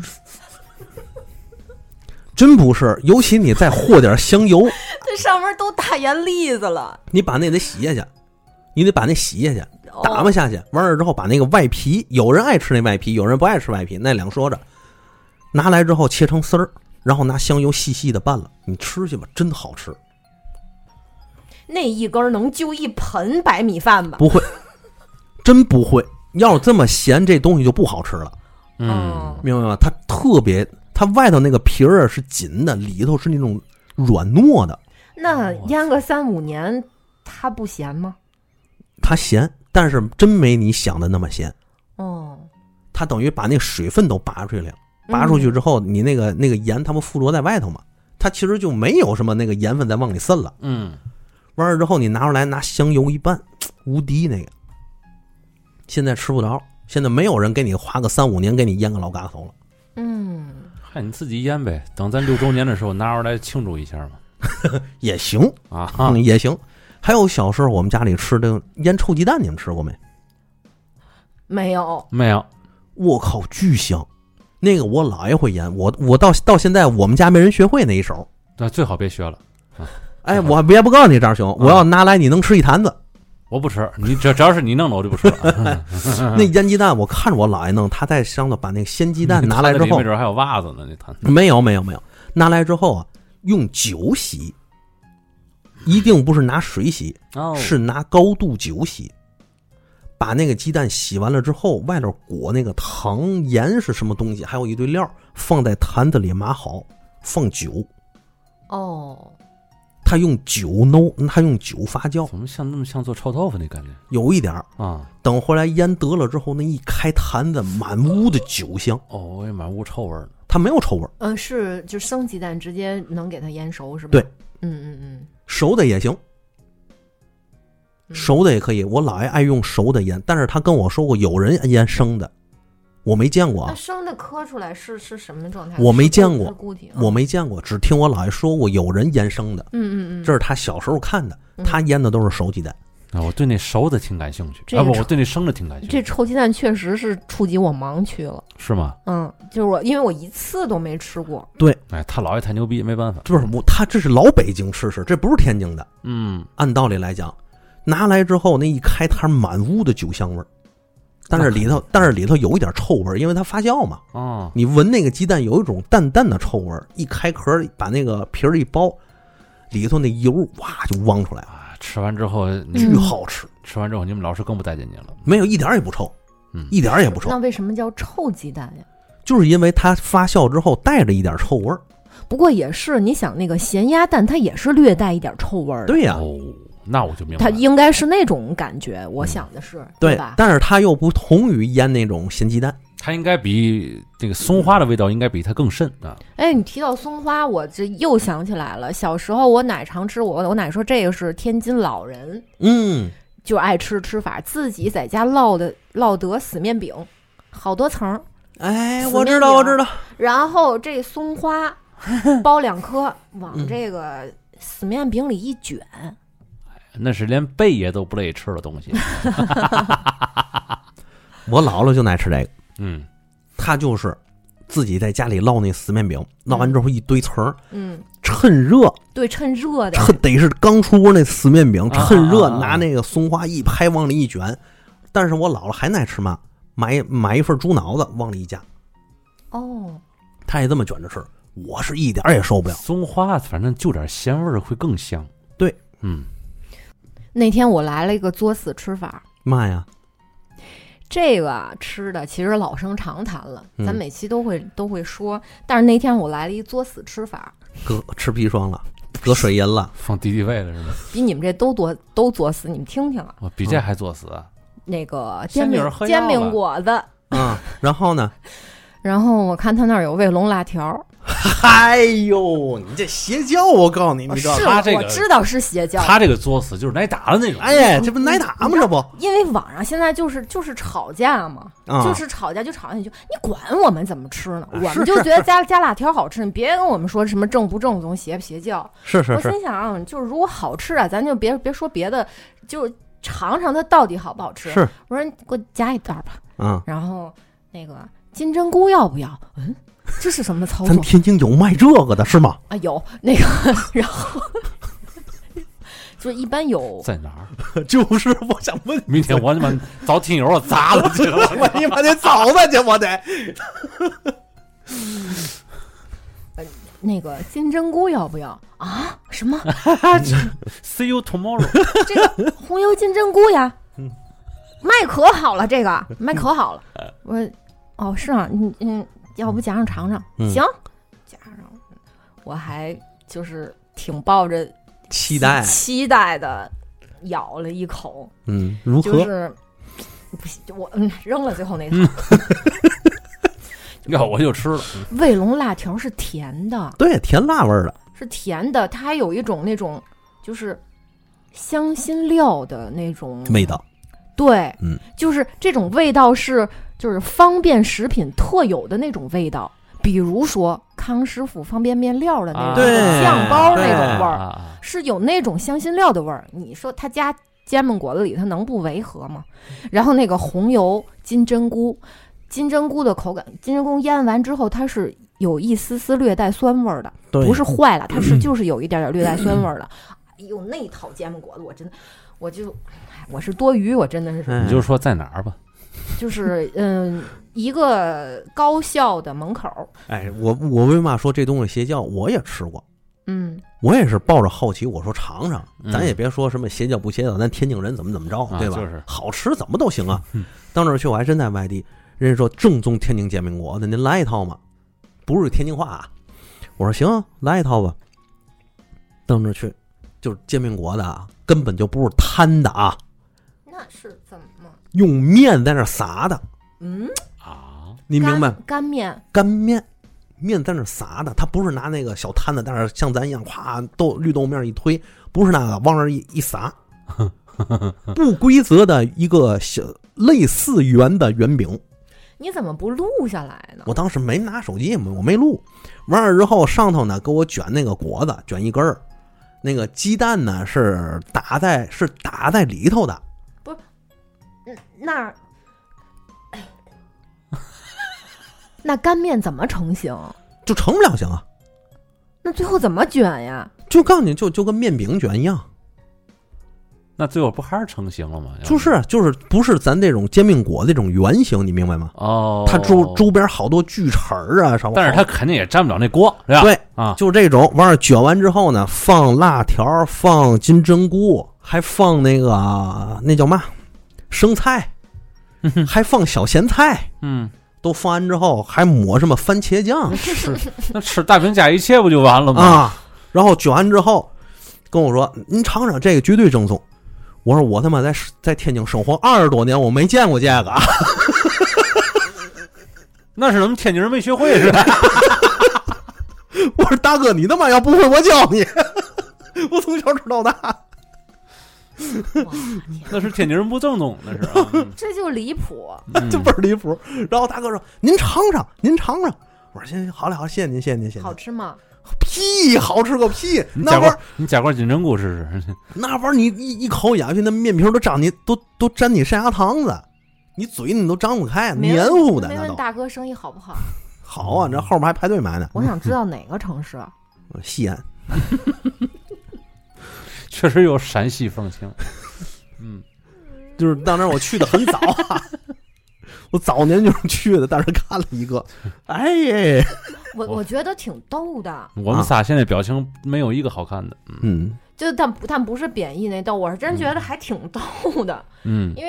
真不是，尤其你再和点香油， 这上面都大盐粒子了。 你把那得洗下去，你得把那洗下去，打磨下去，完了之后把那个外皮，有人爱吃那外皮，有人不爱吃外皮，那两说着。拿来之后切成丝儿，然后拿香油细细的拌了，你吃去吧，真好吃。 那一根能就一盆白米饭吧？ 不会，真不会。要是这么咸，这东西就不好吃了。明白吗？它特别。它外头那个皮儿是紧的，里头是那种软糯的。 那腌个3、5年，它不咸吗？ 它咸，但是真没你想的那么咸。它等于把那水分都拔出去了，拔出去之后，你那个盐它不附着在外头嘛？它其实就没有什么那个盐分再往里渗了。完了之后你拿出来，拿香油一拌，无敌那个。现在吃不着，现在没有人给你花个3、5年给你腌个老嘎头了。 看你自己腌呗，等咱6周年的时候拿出来庆祝一下嘛， 也行啊，也行。还有小时候我们家里吃的腌臭鸡蛋，你们吃过没？ 没有。 我靠，巨香！那个我姥爷会腌，我到现在我们家没人学会那一手。 那最好别学了。 哎，我别不告诉你这儿行，我要拿来你能吃一坛子。 我不吃，你只要是你弄的我就不吃了。 那腌鸡蛋，我看着我姥爷弄，他在上头把那个鲜鸡蛋拿来之后， 没准还有袜子呢。那坛没有，拿来之后啊，用酒洗，一定不是拿水洗，是拿高度酒洗。把那个鸡蛋洗完了之后，外头裹那个糖盐是什么东西，还有一堆料，放在坛子里码好，放酒。他用酒焖，他用酒发酵， 怎么那么像做臭豆腐那感觉？ 有一点啊。等回来腌得了之后，那一开坛子，满屋的酒香。 也满屋臭味儿。 它没有臭味儿。 是就生鸡蛋直接能给它腌熟是吧？ 对，熟的也行，熟的也可以。我姥爷爱用熟的腌，但是他跟我说过有人腌生的。我没见过啊， 生的磕出来是什么状态？ 我没见过，我没见过，只听我姥爷说过有人腌生的。这是他小时候看的，他腌的都是熟鸡蛋。 我对那熟的挺感兴趣，我对那生的挺感兴趣。 这臭鸡蛋确实是触及我盲区了， 是吗？ 就是因为我一次都没吃过。 对， 他姥爷太牛逼，没办法。 就是他这是老北京吃食，这不是天津的。按道理来讲，拿来之后那一开坛，满屋的酒香味儿。但是里头有一点臭味，因为它发酵嘛。你闻那个鸡蛋有一种淡淡的臭味，一开壳把那个皮儿一剥，里头那油哇就汪出来了。 吃完之后巨好吃。 吃完之后你们老师更不待见你了。 没有，一点也不臭，一点也不臭。 那为什么叫臭鸡蛋呀？ 就是因为它发酵之后带着一点臭味儿。 不过也是，你想那个咸鸭蛋，它也是略带一点臭味儿。 对呀。 那我就明白了， 它应该是那种感觉，我想的是，对吧？ 但是它又不同于腌那种咸鸡蛋， 它应该比这个松花的味道应该比它更甚啊。 你提到松花，我这又想起来了，小时候我奶常吃，我奶说这个是天津老人，就爱吃法，自己在家烙得死面饼，好多层。 我知道。 然后这松花剥2颗，往这个死面饼里一卷。 那是连贝爷都不乐意吃的东西。 我姥姥就爱吃这个，他就是自己在家里烙那死面饼，烙完之后一堆层，趁热， 对，趁热的， 得是刚出锅那死面饼，趁热拿那个松花一拍往里一卷。但是我姥姥还爱吃嘛，买一份猪脑子往里一夹，他也这么卷着吃，我是一点也受不了。 松花反正就点咸味会更香。 对， 那天我来了一个作死吃法， 妈呀！ 这个吃的其实老生常谈了，咱每期都会说。但是那天我来了一作死吃法， 搁吃砒霜了，搁水银了， 放敌敌畏了是吧？ 比你们这都作死，你们听听啊！ 比这还作死啊！ 那个煎饼果子啊，然后呢？ 然后我看他那儿有卫龙辣条。 哎呦，你这邪教！我告诉你，你知道他这个我知道是邪教。 他这个作死就是挨打的那种。 哎，这不挨打吗？这不， 因为网上现在就是吵架嘛，就是吵架你管我们怎么吃呢？我们就觉得加辣条好吃，你别跟我们说什么正不正宗、邪不邪教。 是。 我心想，就是如果好吃啊，咱就别说别的，就尝尝它到底好不好吃。 是， 我说你给我加一袋吧。然后那个金针菇要不要？这是什么操作？ 咱天津有卖这个的是吗？ 啊，有那个，然后就是一般有在哪儿？ 就是我想问， 明天我他妈找听友砸了去了， 我你妈得找他去，我得。 那个金针菇要不要啊？什么 ？See you tomorrow。 这个红油金针菇呀，卖可好了，这个卖可好了。哦，是啊，要不加上尝尝？行，加上。我还就是挺抱着期待的咬了一口。 如何？ 就是不行，我扔了最后那套。 要我就吃了。 卫龙辣条是甜的， 对，甜辣味儿的， 是甜的，它还有一种那种就是香辛料的那种味道。 对，就是这种味道就是方便食品特有的那种味道，比如说康师傅方便面料的那种酱包那种味儿，是有那种香辛料的味儿。你说他加煎饼果子里，它能不违和吗？然后那个红油金针菇的口感，金针菇腌完之后，它是有一丝丝略带酸味儿的，不是坏了，它就是有一点点略带酸味儿的。哎呦，那套煎饼果子，我是多余，我真的是。 你就说在哪儿吧。 就是一个高校的门口。 哎，我为嘛说这东西邪教？我也吃过。我也是抱着好奇，我说尝尝，咱也别说什么邪教不邪教，咱天津人怎么着，对吧？ 就是好吃怎么都行啊。到那儿去，我还真在外地，人家说正宗天津煎饼果子，您来一套吗？不是天津话啊。我说行，来一套吧。到那儿去，就是煎饼果子啊，根本就不是摊的啊。 那是怎么？ 用面在那撒的，你明白？ 干面在那撒的，他不是拿那个小摊子，但是像咱一样，咵绿豆面一推，不是那个，往那一撒，不规则的一个小类似圆的圆饼。 你怎么不录下来呢？ 我当时没拿手机，我没录。完了之后，上头呢给我卷那个果子，卷一根儿，那个鸡蛋呢是打在里头的。 那干面怎么成型？ 就成不了型啊。 那最后怎么卷呀？ 就告诉你，就跟面饼卷一样。 那最后不还是成型了吗？ 就是不是咱这种煎饼果这种圆形，你明白吗？它周边好多锯齿啊什么。 但是它肯定也沾不了那锅，是吧？ 对啊，就是这种完了卷完之后呢，放辣条，放金针菇，还放那个那叫嘛生菜，还放小咸菜，都放完之后还抹什么番茄酱， 那吃大饼加一切不就完了吗？ 啊！然后卷完之后跟我说：“您尝尝这个，绝对正宗。”我说：“我他妈在天津生活20多年，我没见过这个。” 那是咱们天津人没学会是吧？ 我说：“大哥，你他妈要不会，我教你。”我从小吃到大。 那是天津人不正宗，那是这就离谱， 就倍儿离谱。然后大哥说：“您尝尝，您尝尝。”我说：“行，好嘞，好，谢谢您，谢谢您，谢谢您。” 好吃吗？ 屁，好吃个屁！ 你加块金针菇试试。 那玩意儿你一口咬下去，那面皮都粘你，都粘你上牙膛子，你嘴你都张不开，黏糊的。 没问大哥生意好不好？ 好啊，这后面还排队买呢。 我想知道哪个城市？ 西安。 确实有陕西风情。 就是当时我去的很早啊，我早年就是去的，但是看了一个，哎耶， 我觉得挺逗的。 我们仨现在表情没有一个好看的， 就但不是贬义那逗，我是真觉得还挺逗的。因为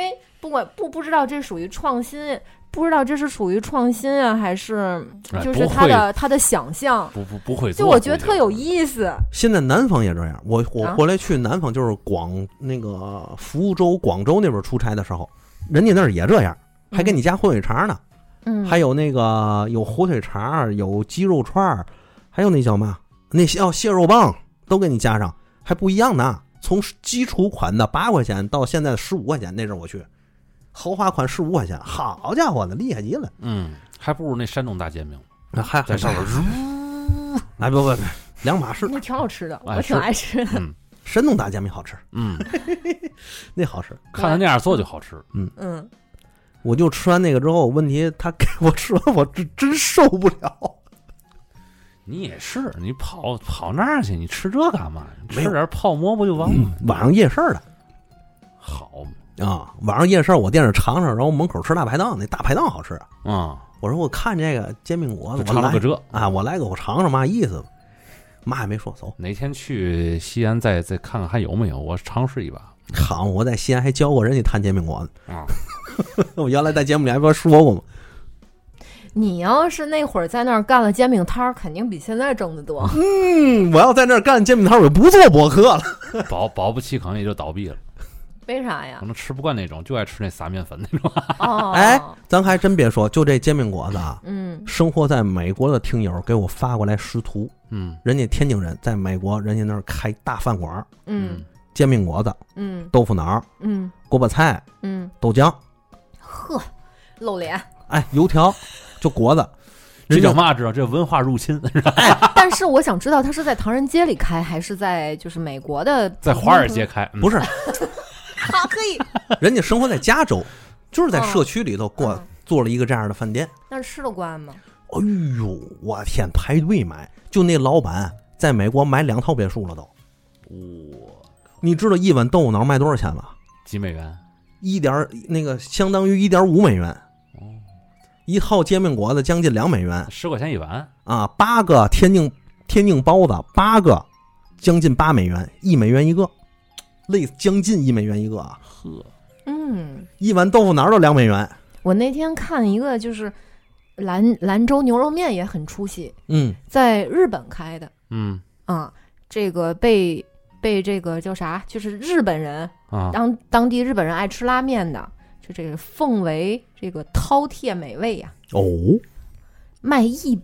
不知道这属于创新，不知道这是属于创新啊，还是就是他的想象， 不会做， 就我觉得特有意思。 现在南方也这样，我后来去南方，就是那个福州、广州那边出差的时候，人家那儿也这样，还给你加火腿肠呢，还有那个有火腿肠，有鸡肉串，还有那叫嘛，那蟹肉棒都给你加上，还不一样呢。从基础款的8块钱到现在的15块钱，那阵我去，豪华款15块钱，好家伙的，厉害极了。 还不如那山东大煎饼， 还在上面哎不，两码事。 那挺好吃的，我挺爱吃的。 山东大煎饼好吃，那好吃， 看他那样做就好吃。 我就吃完那个之后，问题他给我吃完，我真受不了。 你也是，你跑那儿去，你吃这干嘛？吃点泡馍不就完了？ 晚上夜市的， 好啊！晚上夜市我惦着尝尝，然后门口吃大排档，那大排档好吃啊！ 我说我看这个煎饼果子， 尝了个这啊，我来个我尝尝嘛意思？嘛也没说，走。 哪天去西安再看看还有没有，我尝试一把。 好，我在西安还教过人家摊煎饼果子啊！我原来在节目里还不说过吗？ 你要是那会儿在那儿干了煎饼摊儿，肯定比现在挣得多。 我要在那儿干煎饼摊儿，我就不做播客了。 保不齐可能也就倒闭了。 为啥呀？ 可能吃不惯那种，就爱吃那撒面粉那种。 哎，咱还真别说，就这煎饼果子啊，生活在美国的听友给我发过来识图，人家天津人在美国，人家那儿开大饭馆，煎饼果子，豆腐脑，锅巴菜，豆浆， 呵，露脸， 哎，油条。就果子， 这叫嘛？知道这文化入侵。 但是我想知道，他是在唐人街里开，还是在就是美国的， 在华尔街开？ 不是， 好可以。 人家生活在加州，就是在社区里头做了一个这样的饭店。 那吃得惯吗？ 哎呦，我天，排队买，就那老板在美国买2套别墅了都。你知道一碗豆腐脑卖多少钱吗？ 几美元？ 相当于1.5美元。一套煎饼果子将近2美元 ，10块钱一碗啊！8个天津包子，8个将近8美元，1美元一个，类似将近1美元一个啊！ 呵， 一碗豆腐脑都2美元。 我那天看一个就是兰州牛肉面也很出息，在日本开的，这个被这个叫啥？就是日本人啊，当地日本人爱吃拉面的。就这个奉为这个饕餮美味呀！卖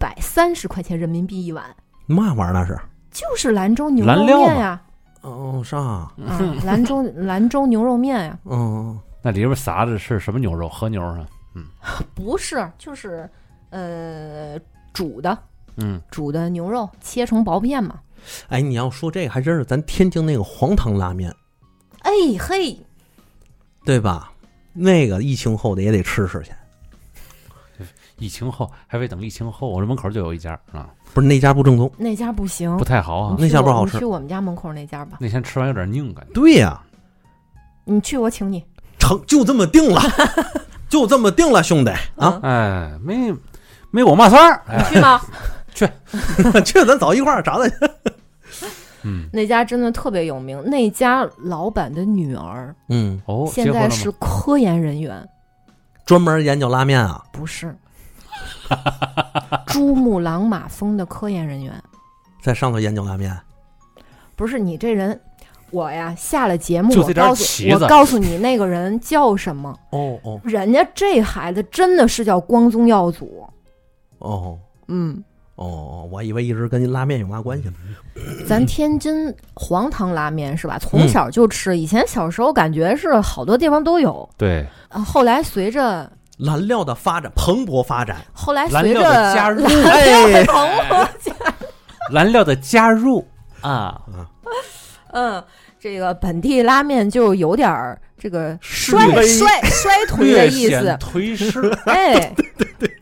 130块钱人民币一碗， 嘛玩意儿那是？ 就是兰州牛肉面呀！ 啥？ 兰州牛肉面呀！ 那里边撒的是什么牛肉？和牛啊？ 不是，就是煮的牛肉切成薄片嘛。 哎，你要说这个还真是咱天津那个黄汤拉面， 哎嘿， 对吧？那个疫情后的也得吃去。 疫情后还未等疫情后，我这门口就有一家啊， 不是那家不正宗， 那家不行， 不太好啊， 那家不好吃。 你去我们家门口那家吧。 那天吃完有点拧感。 对呀， 你去我请你。 就这么定了，就这么定了，兄弟啊！ 哎，没我嘛事儿， 去吗？ 去，咱早一块儿找他去。 那家真的特别有名，那家老板的女儿，现在是科研人员， 专门研究拉面啊？ 不是，珠穆朗玛峰的科研人员， 在上头研究拉面。 不是你这人，我呀下了节目，我告诉你那个人叫什么？人家这孩子真的是叫光宗耀祖。 我以为一直跟拉面有嘛关系呢。 咱天津黄汤拉面是吧？从小就吃，以前小时候感觉是好多地方都有。 对， 后来随着燃料的发展蓬勃发展， 后来随着加入，燃料的加入啊， 这个本地拉面就有点这个衰退的意思， 颓势。 哎， 对。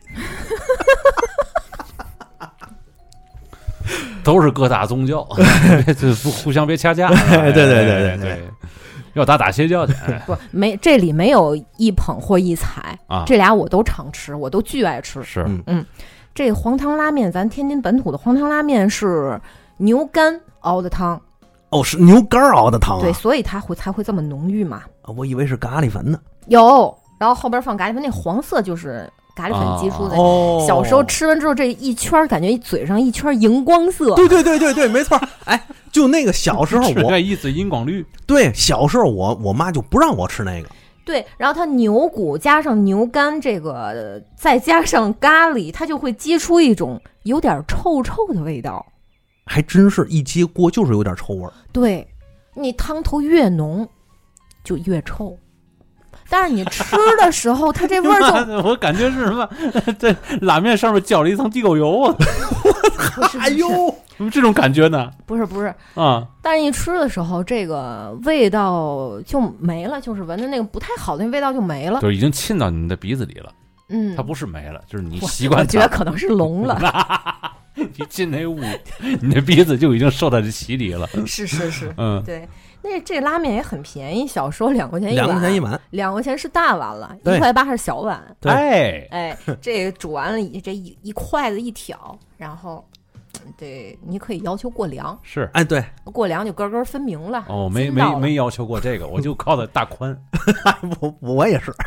都是各大宗教，不互相别掐架。 对， 要打邪教去。 不，这里没有一捧或一踩啊，这俩我都常吃，我都巨爱吃。 是， 这黄汤拉面，咱天津本土的黄汤拉面是牛肝熬的汤。 是牛肝熬的汤啊？ 对，所以它才会这么浓郁嘛。 我以为是咖喱粉呢。 有，然后后边放咖喱粉，那黄色就是咖喱粉激出的。小时候吃完之后，这一圈感觉嘴上一圈荧光色。 对，没错。哎，就那个小时候我一嘴荧光绿。 对，小时候我妈就不让我吃那个。 对，然后它牛骨加上牛肝，这个再加上咖喱，它就会激出一种有点臭臭的味道。 还真是一接锅就是有点臭味儿。 对，你汤头越浓就越臭，但是你吃的时候它这味儿就我感觉是什么？这拉面上面浇了一层地沟油啊！ 哎呦， 怎么这种感觉呢？ 不是啊，但是一吃的时候这个味道就没了，就是闻的那个不太好的那味道就没了， 就是已经沁到你的鼻子里了。它不是没了，就是你习惯。 我觉得可能是聋了。 你进那屋，你的鼻子就已经受它的洗礼了。 是，对。那这拉面也很便宜，小时候2块钱一碗 ，2块钱一碗 ，2块钱是大碗了，1块8是小碗。 哎， 这煮完了，这一筷子一挑，然后，对，你可以要求过凉。 是， 哎，对， 过凉就根根分明了。 哦，没要求过这个，我就靠的大宽。 我也是。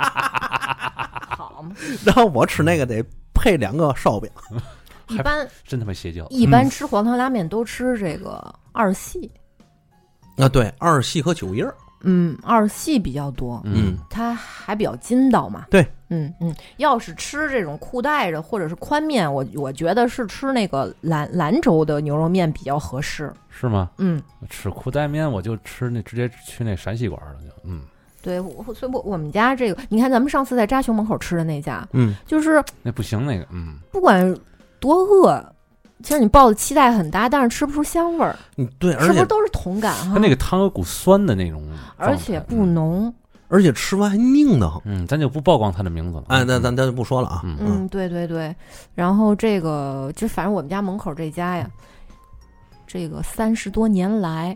好嘛。 然后我吃那个得配2个烧饼。 一般真他妈邪教。 一般吃黄汤拉面都吃这个2细。 啊，对，2细和9叶。 2细比较多。它还比较筋道嘛。 对。 要是吃这种裤带着或者是宽面，我觉得是吃那个兰州的牛肉面比较合适。 是吗？吃裤带面我就吃直接去那陕西馆了就。 对，所以我们家这个，你看咱们上次在扎熊门口吃的那家，就是那不行那个， 不管多饿。其实你抱的期待很大，但是吃不出香味儿。 对，而且是不是都是同感哈？ 它那个汤有股酸的那种， 而且不浓， 而且吃完还拧的很。 咱就不曝光它的名字了。 哎，咱就不说了啊。 对。然后这个就反正我们家门口这家呀，这个30多年来，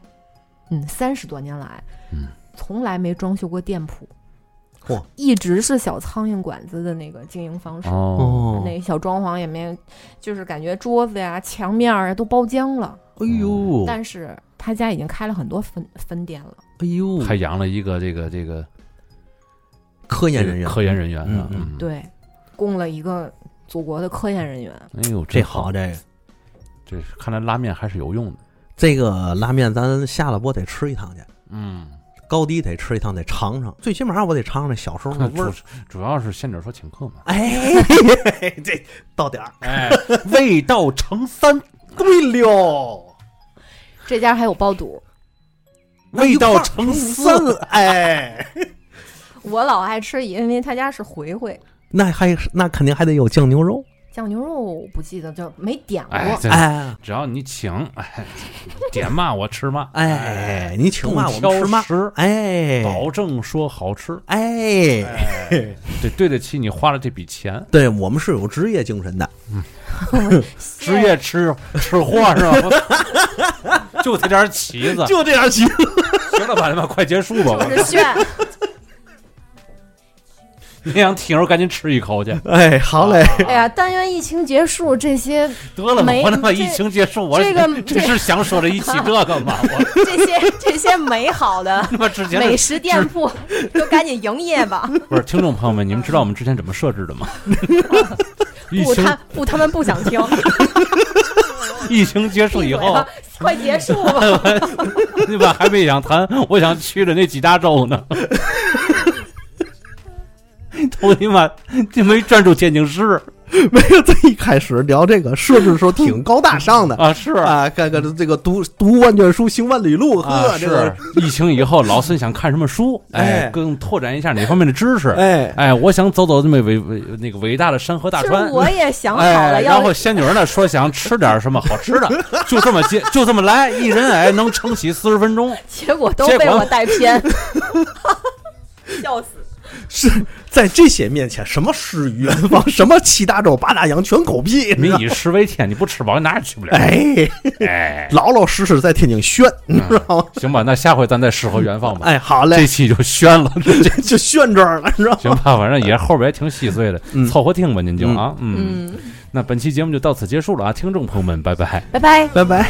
从来没装修过店铺。一直是小苍蝇馆子的那个经营方式。那小装潢也没，就是感觉桌子呀、墙面啊都包浆了。 哎呦！ 但是他家已经开了很多分店了。 哎呦！ 还养了一个这个科研人员啊。 对，供了一个祖国的科研人员。 哎呦， 这好，这看来拉面还是有用的。 这个拉面咱下了播得吃一趟去。高低得吃一趟，得尝尝，最起码我得尝尝小时候的味儿。 主要是仙女说请客嘛。 哎，这到点儿， 哎，味道乘3。 对了， 这家还有包肚， 味道乘4。 哎， 我老爱吃，因为他家是回回。 那肯定还得有酱牛肉。 酱牛肉不记得，就没点过。 哎，只要你请，点嘛我吃嘛。 哎，你请嘛我们吃嘛。哎， 保证说好吃。 哎， 得对得起你花了这笔钱。 对，我们是有职业精神的。 职业吃货是吧？就这点起子， 就这点起子。 行了吧，他妈快结束吧。 就是炫。 你想听着赶紧吃一口去。 哎，好嘞。 哎呀，但愿疫情结束，这些得了吧，我他妈疫情结束，我这是想说这一期这个吗？ 这些美好的美食店铺都赶紧营业吧。 不是，听众朋友们，你们知道我们之前怎么设置的吗？ 他们不想听。 疫情结束以后， 快结束吧。 对吧？还没想谈，我想去的那几大洲呢。头你妈就没转出天津市。 没有，在一开始聊这个设置的时候挺高大上的啊，是啊，看这个读万卷书，行万里路。 啊，是疫情以后，老孙想看什么书？哎，更拓展一下哪方面的知识？哎，我想走这么那个伟大的山河大川。 我也想好了， 然后仙女呢说想吃点什么好吃的，就这么来，一人能撑起40分钟， 结果都被我带偏，笑死。 是在这些面前，什么诗与远方，什么7大洲8大洋，全狗屁。 民以食为天，你不吃饱哪也去不了。 哎，老老实实在天津炫，你知道吗？ 行吧，那下回咱再诗和远方吧。 哎，好嘞， 这期就炫了， 就炫这儿了，知道吗？ 行吧，反正也后边也挺细碎的，凑合听吧，您就啊，那本期节目就到此结束了啊，听众朋友们，拜拜， 拜拜， 拜拜。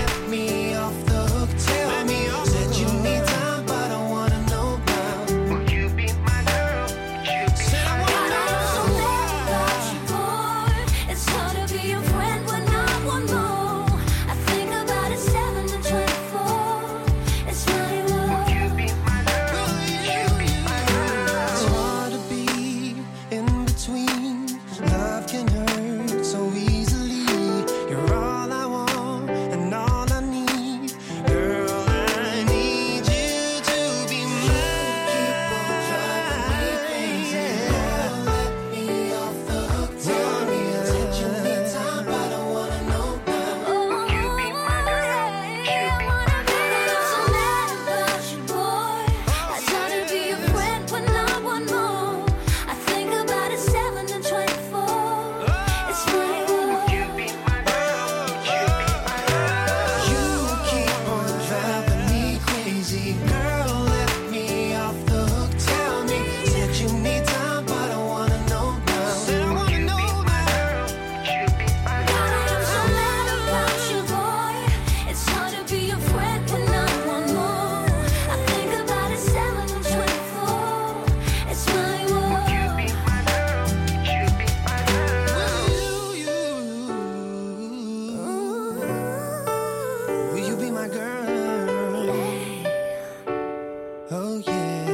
Oh yeah.